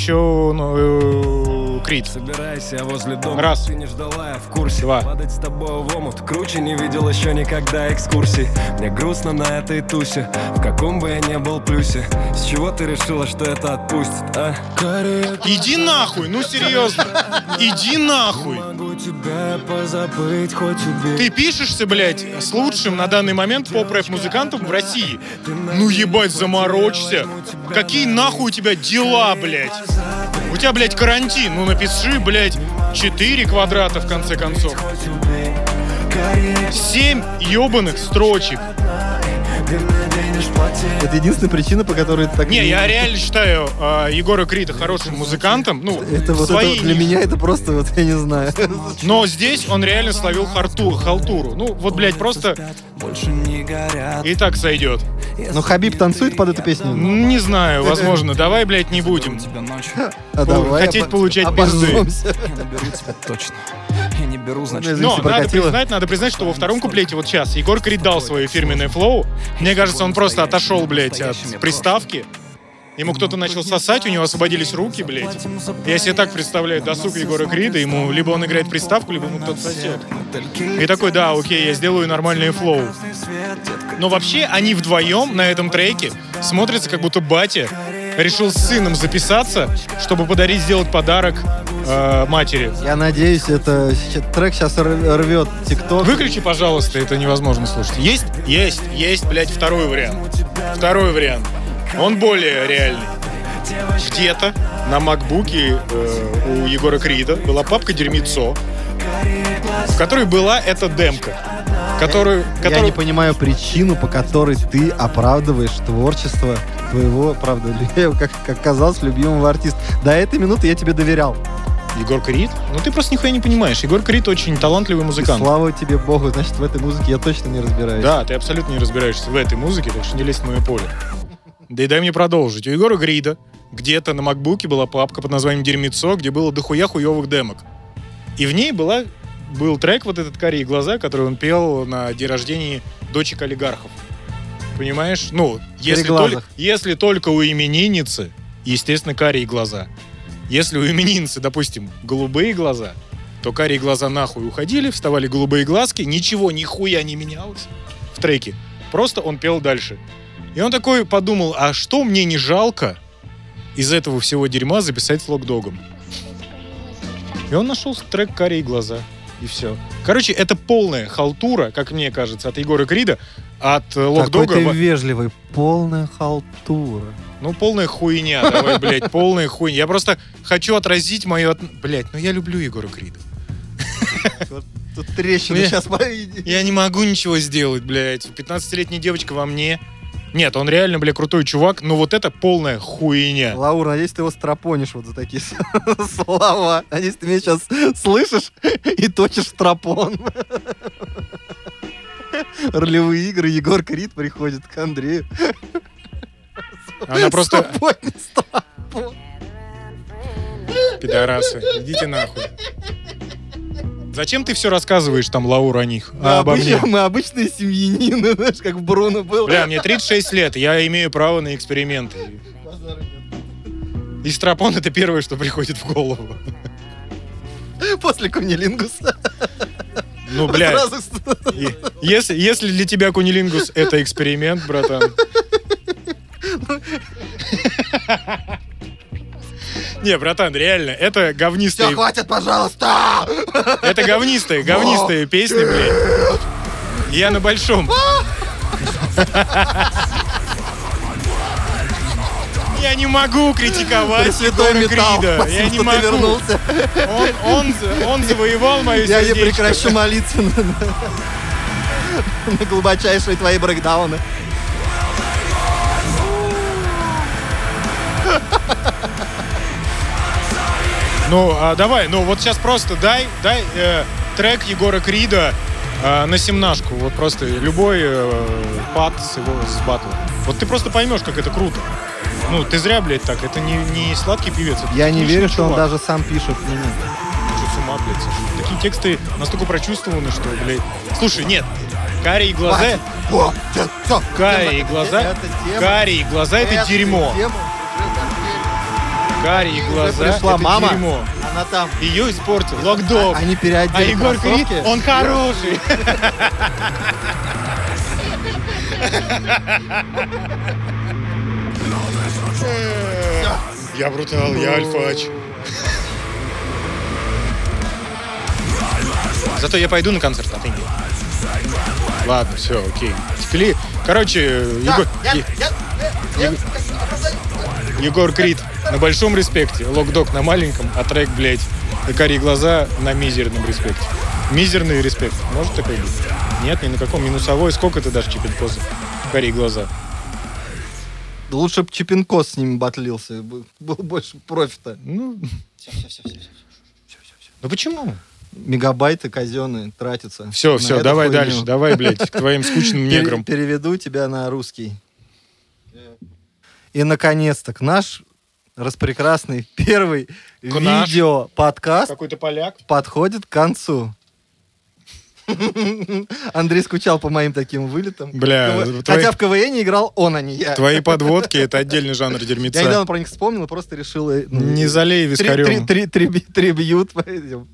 еще Крид. Собирайся возле дома. Раз. Ты не ждала, я в курсе. Два. Падать с тобой в омут. Круче не видел еще никогда экскурсий. Мне грустно на этой тусе. В каком бы я ни был плюсе. С чего ты решила, что это отпустит, а? Иди нахуй, ну серьезно. Иди нахуй. Могу тебя позабыть, хоть убей. Ты пишешься, блядь, с лучшим на данный момент поп-рэп-музыкантом в России. Ну ебать, заморочься. Какие нахуй у тебя дела, блядь? У тебя, блядь, карантин. Ну напиши, блядь, 4 квадрата в конце концов. 7 ебаных строчек. Это единственная причина, по которой ты так... Не, я реально считаю Егора Крида хорошим музыкантом. Ну, Это вот свои это, для меня это просто, вот я не знаю. Но здесь он реально словил халтуру. Ну, вот, блядь, просто Больше не горят. и так сойдет. Но Хабиб танцует под эту песню? Не знаю, возможно. Давай, блядь, не будем. Тебя ночью. А давай хотеть получать обожжемся. Я наберу тебя точно. Я не беру, значит. Извините, Но прокатило. надо признать, что во втором куплете вот сейчас Егор Крид дал свое фирменное флоу. Мне кажется, он просто отошел, блядь, от приставки. Ему кто-то начал сосать, у него освободились руки, блядь. Я себе так представляю досуг Егора Крида, ему либо он играет приставку, либо ему кто-то сосет. И такой, да, окей, я сделаю нормальное флоу. Но вообще они вдвоем на этом треке смотрятся, как будто батя решил с сыном записаться, чтобы сделать подарок матери. Я надеюсь, это трек сейчас рвет ТикТок. Выключи, пожалуйста, это невозможно слушать. Есть, блядь, второй вариант. Он более реальный. где-то на макбуке у Егора Крида была папка «Дерьмецо», в которой была эта демка, Я не понимаю причину, по которой ты оправдываешь творчество твоего, правда, как казалось, любимого артиста. До этой минуты я тебе доверял. Егор Крид? Ну ты просто нихуя не понимаешь. Егор Крид очень талантливый И музыкант. слава тебе Богу, значит, в этой музыке я точно не разбираюсь. Да, ты абсолютно не разбираешься в этой музыке, так что не лезь в мое поле. Да и дай мне продолжить. У Егора Крида где-то на макбуке была папка под названием «Дерьмецо», где было дохуя хуёвых демок. И в ней был трек вот этот «Карие глаза», который он пел на день рождения дочек олигархов. Понимаешь? Ну, если только у именинницы, естественно, карие глаза. Если у именинницы, допустим, голубые глаза, то карие глаза нахуй уходили, вставали голубые глазки, ничего нихуя не менялось в треке. Просто он пел дальше. И он такой подумал, а что мне не жалко из этого всего дерьма записать с Локдогом? И он нашел трек «Карие глаза». И все. Короче, это полная халтура, как мне кажется, от Егора Крида, от Локдога. Какой ты вежливый. Полная халтура. Ну, полная хуйня, давай, блядь, полная хуйня. Я просто хочу отразить мое... Блядь, ну я люблю Егора Крида. Тут трещина сейчас повидит. Я не могу ничего сделать, блядь. 15-летняя девочка во мне. Нет, он реально, блядь, крутой чувак, но вот это полная хуйня. Лаура, надеюсь, ты его стропонишь вот за такие слова. Надеюсь, ты меня сейчас слышишь и точишь стропон. Ролевые игры, Егор Крид приходит к Андрею. Она просто... Стропонь, стропон. Пидорасы, идите нахуй. Зачем ты все рассказываешь там, Лаура, о них? Обо мне? Мы обычные семьянины, знаешь, как в Бруно был. Бля, мне 36 лет, я имею право на эксперименты. И стропон — это первое, что приходит в голову. После кунилингуса. Ну, бля, Сразу... если для тебя кунилингус — это эксперимент, братан... Не, братан, реально, это говнистые... Все, хватит, пожалуйста! Это говнистые песни, блядь. Я на большом. Я не могу критиковать Святой Егора металл. Крида. Спасибо, Я не что ты могу. вернулся. Он завоевал мою Я не сердечко. прекращу молиться на глубочайшие твои брейкдауны. Ну, давай, ну вот сейчас просто дай трек Егора Крида на семнашку. Вот просто любой пад с батла. Вот ты просто поймешь, как это круто. Ну, ты зря, блядь, так. Это не сладкий певец. Это Я не отличный верю, что он чувак. даже сам пишет. Что с ума, блядь, сошел? Такие тексты настолько прочувствованы, что, блядь... Слушай, нет. Карие глаза... Карие глаза... Карие глаза — это дерьмо. Карие глаза — пришла это мама. дерьмо. Она там. Ее испортил Локдог. Они переодели А Егор Крид, кроссовки. он хороший. Я брутал, я альфач. Зато я пойду на концерт, а ты нет. Ладно, все, окей. Теперь, короче, Егор Крид на большом респекте, Локдог на маленьком, а трек, блядь, и «Карие глаза» на мизерном респекте. Мизерный респект. Может такой быть? Нет, ни на каком. Минусовой. Сколько ты дашь Чипенкосу? «Карие глаза». Да лучше бы Чипенкос с ними батлился. Было больше профита. Ну, ну почему? Мегабайты казенные тратятся. Все, на все, эту давай хуйню. дальше. Давай, блядь, к твоим скучным неграм. Переведу тебя на русский. И, наконец-то, наш распрекрасный первый Наш? видео-подкаст Какой-то поляк. подходит к концу. Андрей скучал по моим таким вылетам. Бля, Хотя в КВН играл он, а не я. твои подводки — это отдельный жанр дерьмеца. Я недавно про них вспомнил и просто решил... Не залей вискарем. Трибьют. Пойдем.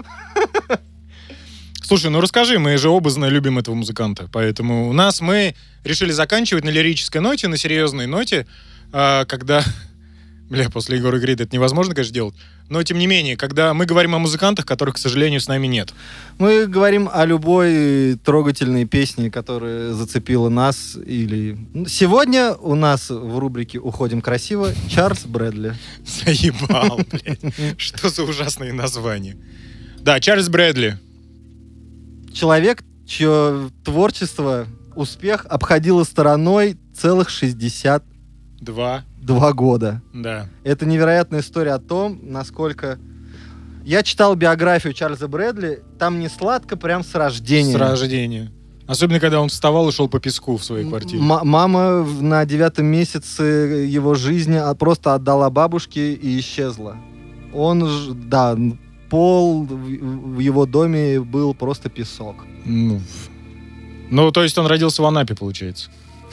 Слушай, ну расскажи, мы же оба любим этого музыканта, поэтому мы решили заканчивать на лирической ноте, на серьезной ноте, когда Бля, после Егора Крида это невозможно, конечно, делать. Но, тем не менее, когда мы говорим о музыкантах, которых, к сожалению, с нами нет. Мы говорим о любой трогательной песне, которая зацепила нас. Или... Сегодня у нас в рубрике «Уходим красиво» Чарльз Брэдли. Заебал, блядь. Что за ужасные названия. Да, Чарльз Брэдли. Человек, чье творчество, успех обходило стороной целых 62 года. Да. Это невероятная история о том, насколько... Я читал биографию Чарльза Брэдли, там не сладко, прям с рождения. С рождения. Особенно, когда он вставал и шел по песку в своей квартире. Мама на 9-м месяце его жизни просто отдала бабушке и исчезла. Пол в его доме был просто песок. Ну, то есть он родился в Анапе, получается.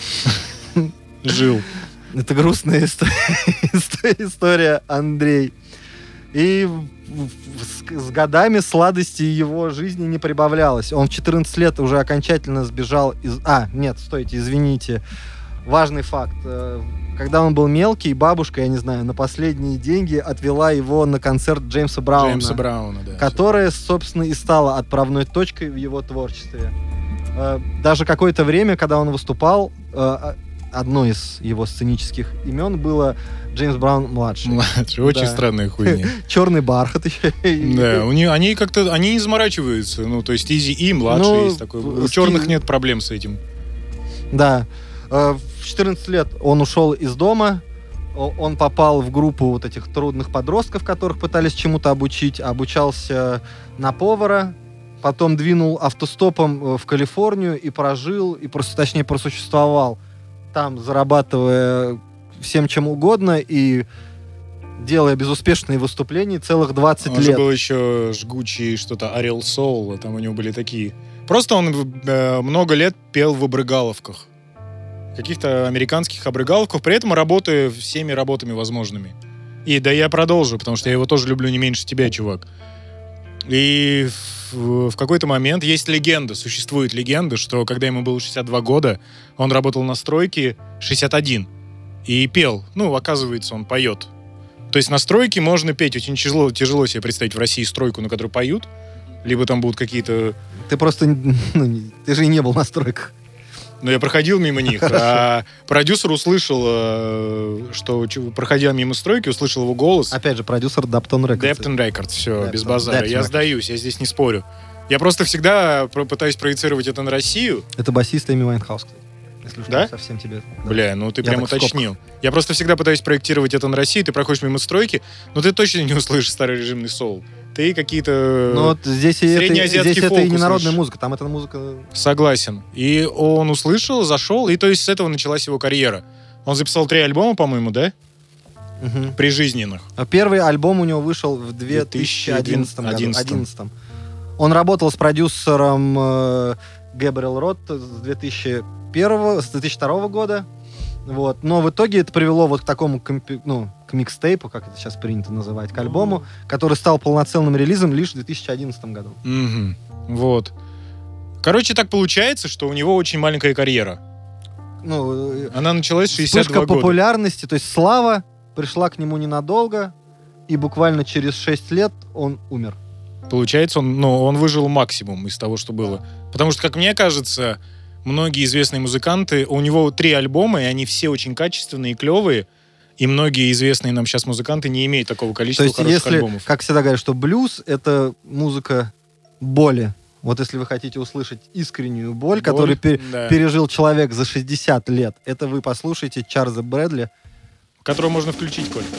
Жил. Это грустная история, Андрей. И с годами сладости его жизни не прибавлялось. Он в 14 лет уже окончательно сбежал из... извините. Важный факт. Когда он был мелкий, бабушка, я не знаю, на последние деньги отвела его на концерт Джеймса Брауна. Да. Которая, собственно, и стала отправной точкой в его творчестве. Даже какое-то время, когда он выступал, одно из его сценических имен было Джеймс Браун-младший. Очень странная хуйня. Черный бархат еще. Да, они как-то, они не заморачиваются. Ну, то есть Изи И, младший есть такой. У черных нет проблем с этим. Да. В 14 лет он ушел из дома, он попал в группу вот этих трудных подростков, которых пытались чему-то обучить, обучался на повара, потом двинул автостопом в Калифорнию и просуществовал там, зарабатывая всем чем угодно и делая безуспешные выступления целых 20 лет. Он же был еще жгучий что-то Орел Соул, там у него были такие... Просто он много лет пел в обрыгаловках. Каких-то американских обрыгаловках, при этом работая всеми работами возможными. И да, я продолжу, потому что я его тоже люблю не меньше тебя, чувак. И в какой-то момент существует легенда, что когда ему было 62 года, он работал на стройке 61 и пел. Ну, оказывается, он поет. То есть на стройке можно петь. Очень тяжело себе представить в России стройку, на которой поют. Либо там будут какие-то... Ты просто... ты же и не был на стройках. Но я проходил мимо них, а продюсер услышал, что, проходя мимо стройки, услышал его голос. Опять же, продюсер Dapton Records. Dapton Records, все, без базара. Я сдаюсь, я здесь не спорю. Я просто всегда пытаюсь проецировать это на Россию. Это басист Эми Вайнхаус, кстати. Если уж да? Совсем тебе... Бля, ну ты прям уточнил. Я просто всегда пытаюсь проектировать это на Россию, ты проходишь мимо стройки, но ты точно не услышишь старорежимный соул. Ты какие-то... Ну вот здесь среднеазиатский это и не народная услышишь. музыка, там это музыка... Согласен. И он услышал, зашел, и то есть с этого началась его карьера. Он записал 3 альбома, по-моему, да? Угу. Прижизненных. Первый альбом у него вышел в 2011 году. 11. Он работал с продюсером Гэбриэл Рот с 2002 года. Вот. Но в итоге это привело вот к такому к микстейпу, как это сейчас принято называть, к альбому, который стал полноценным релизом лишь в 2011 году. Угу. Вот. Короче, так получается, что у него очень маленькая карьера. Она началась в 62 вспышка года. Популярности, то есть слава пришла к нему ненадолго, и буквально через 6 лет он умер. Получается, он выжил максимум из того, что было. Потому что, как мне кажется, многие известные музыканты, у него 3 альбома, и они все очень качественные и клевые, и многие известные нам сейчас музыканты не имеют такого количества хороших альбомов. Как всегда говорят, что блюз — это музыка боли. Вот если вы хотите услышать искреннюю боль, которую пережил человек за 60 лет, это вы послушайте Чарльза Брэдли. Которого можно включить, Коль.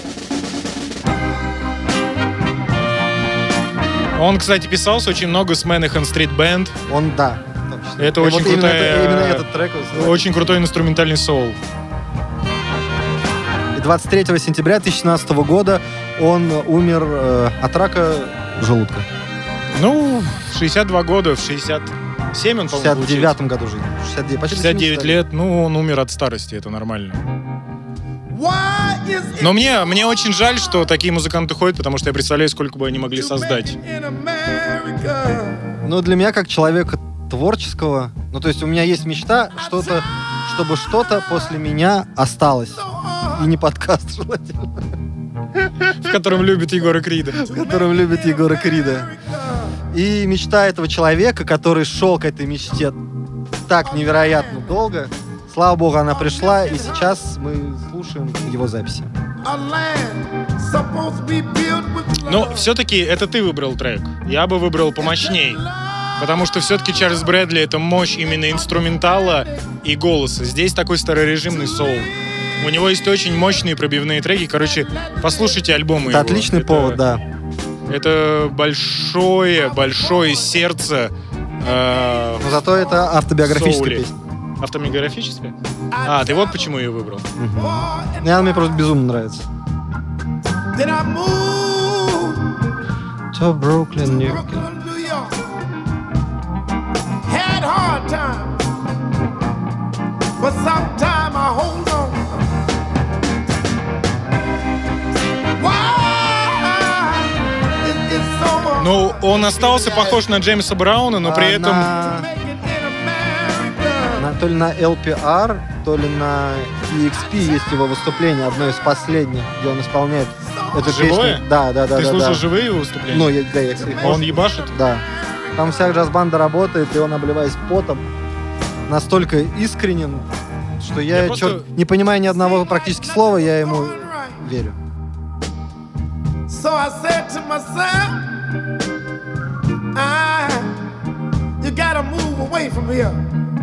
Он, кстати, писался очень много с Manhattan Street Band. Он, да. Это очень крутая... Именно этот трек. Очень крутой инструментальный соул. И 23 сентября 2017 года он умер от рака желудка. Ну, в 62 года, в 67 он, по-моему, в 69 году жизни. 69 лет, ну, он умер от старости, это нормально. Но мне очень жаль, что такие музыканты ходят, потому что я представляю, сколько бы они могли создать. Ну, для меня, как человека творческого, то есть у меня есть мечта, чтобы что-то после меня осталось. И не подкаст, желательно. В котором любит Егора Крида. которым любит Егора Крида. И мечта этого человека, который шел к этой мечте так невероятно долго, слава богу, она пришла, и сейчас мы слушаем его записи. Но все-таки это ты выбрал трек. Я бы выбрал помощней. Потому что все-таки Чарльз Брэдли — это мощь именно инструментала и голоса. Здесь такой старорежимный соул. У него есть очень мощные пробивные треки. Короче, послушайте альбомы Это его. отличный повод, да. Это большое сердце. Но зато это автобиографическая Соули. песня. Автобиографическая? А, ты вот почему ее выбрал. И она мне просто безумно нравится. To Brooklyn, New York. Had hard times, but sometime I hold on. Why? It's so Ну, он остался похож на Джеймса Брауна, но при этом... То ли на LPR, то ли на EXP есть его выступление, одно из последних, где он исполняет эту Живое? песню. Да. Ты слушал да. живые его выступления? Ну, я их А он ебашит? Да. Там вся джаз-банда работает, и он, обливаясь потом, настолько искренен, что я просто- чёрт, не понимая ни одного практически слова, я ему верю. So I said to myself, you gotta move away from here.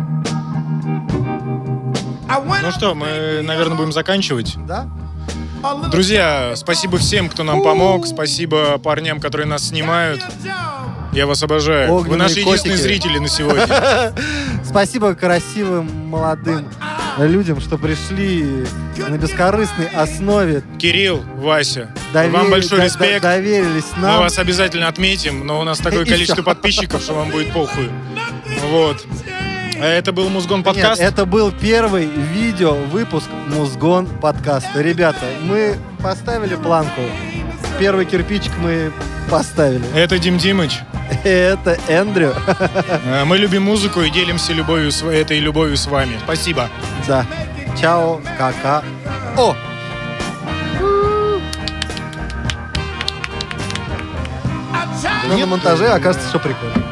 I went Ну что, мы, наверное, будем заканчивать. Да? a little Друзья, спасибо всем, кто нам помог. Спасибо парням, которые нас снимают. Я вас обожаю. Вы Огненные наши единственные котики. зрители на сегодня. Спасибо красивым молодым людям, что пришли на бескорыстной основе, Кирилл, Вася, доверили- вам большой до- респект. доверились Мы нам. вас обязательно отметим, но у нас такое И количество всё. подписчиков, что вам будет похуй. Вот. А это был Музгон подкаст. Нет, это был первый видео-выпуск Музгон подкаста. Ребята, мы поставили планку. Первый кирпичик мы поставили. Это Дим Димыч. Это Эндрю. Мы любим музыку и делимся этой любовью с вами. Спасибо. Да. Чао, кака. О! I tried Ну, на монтаже окажется, что прикольно.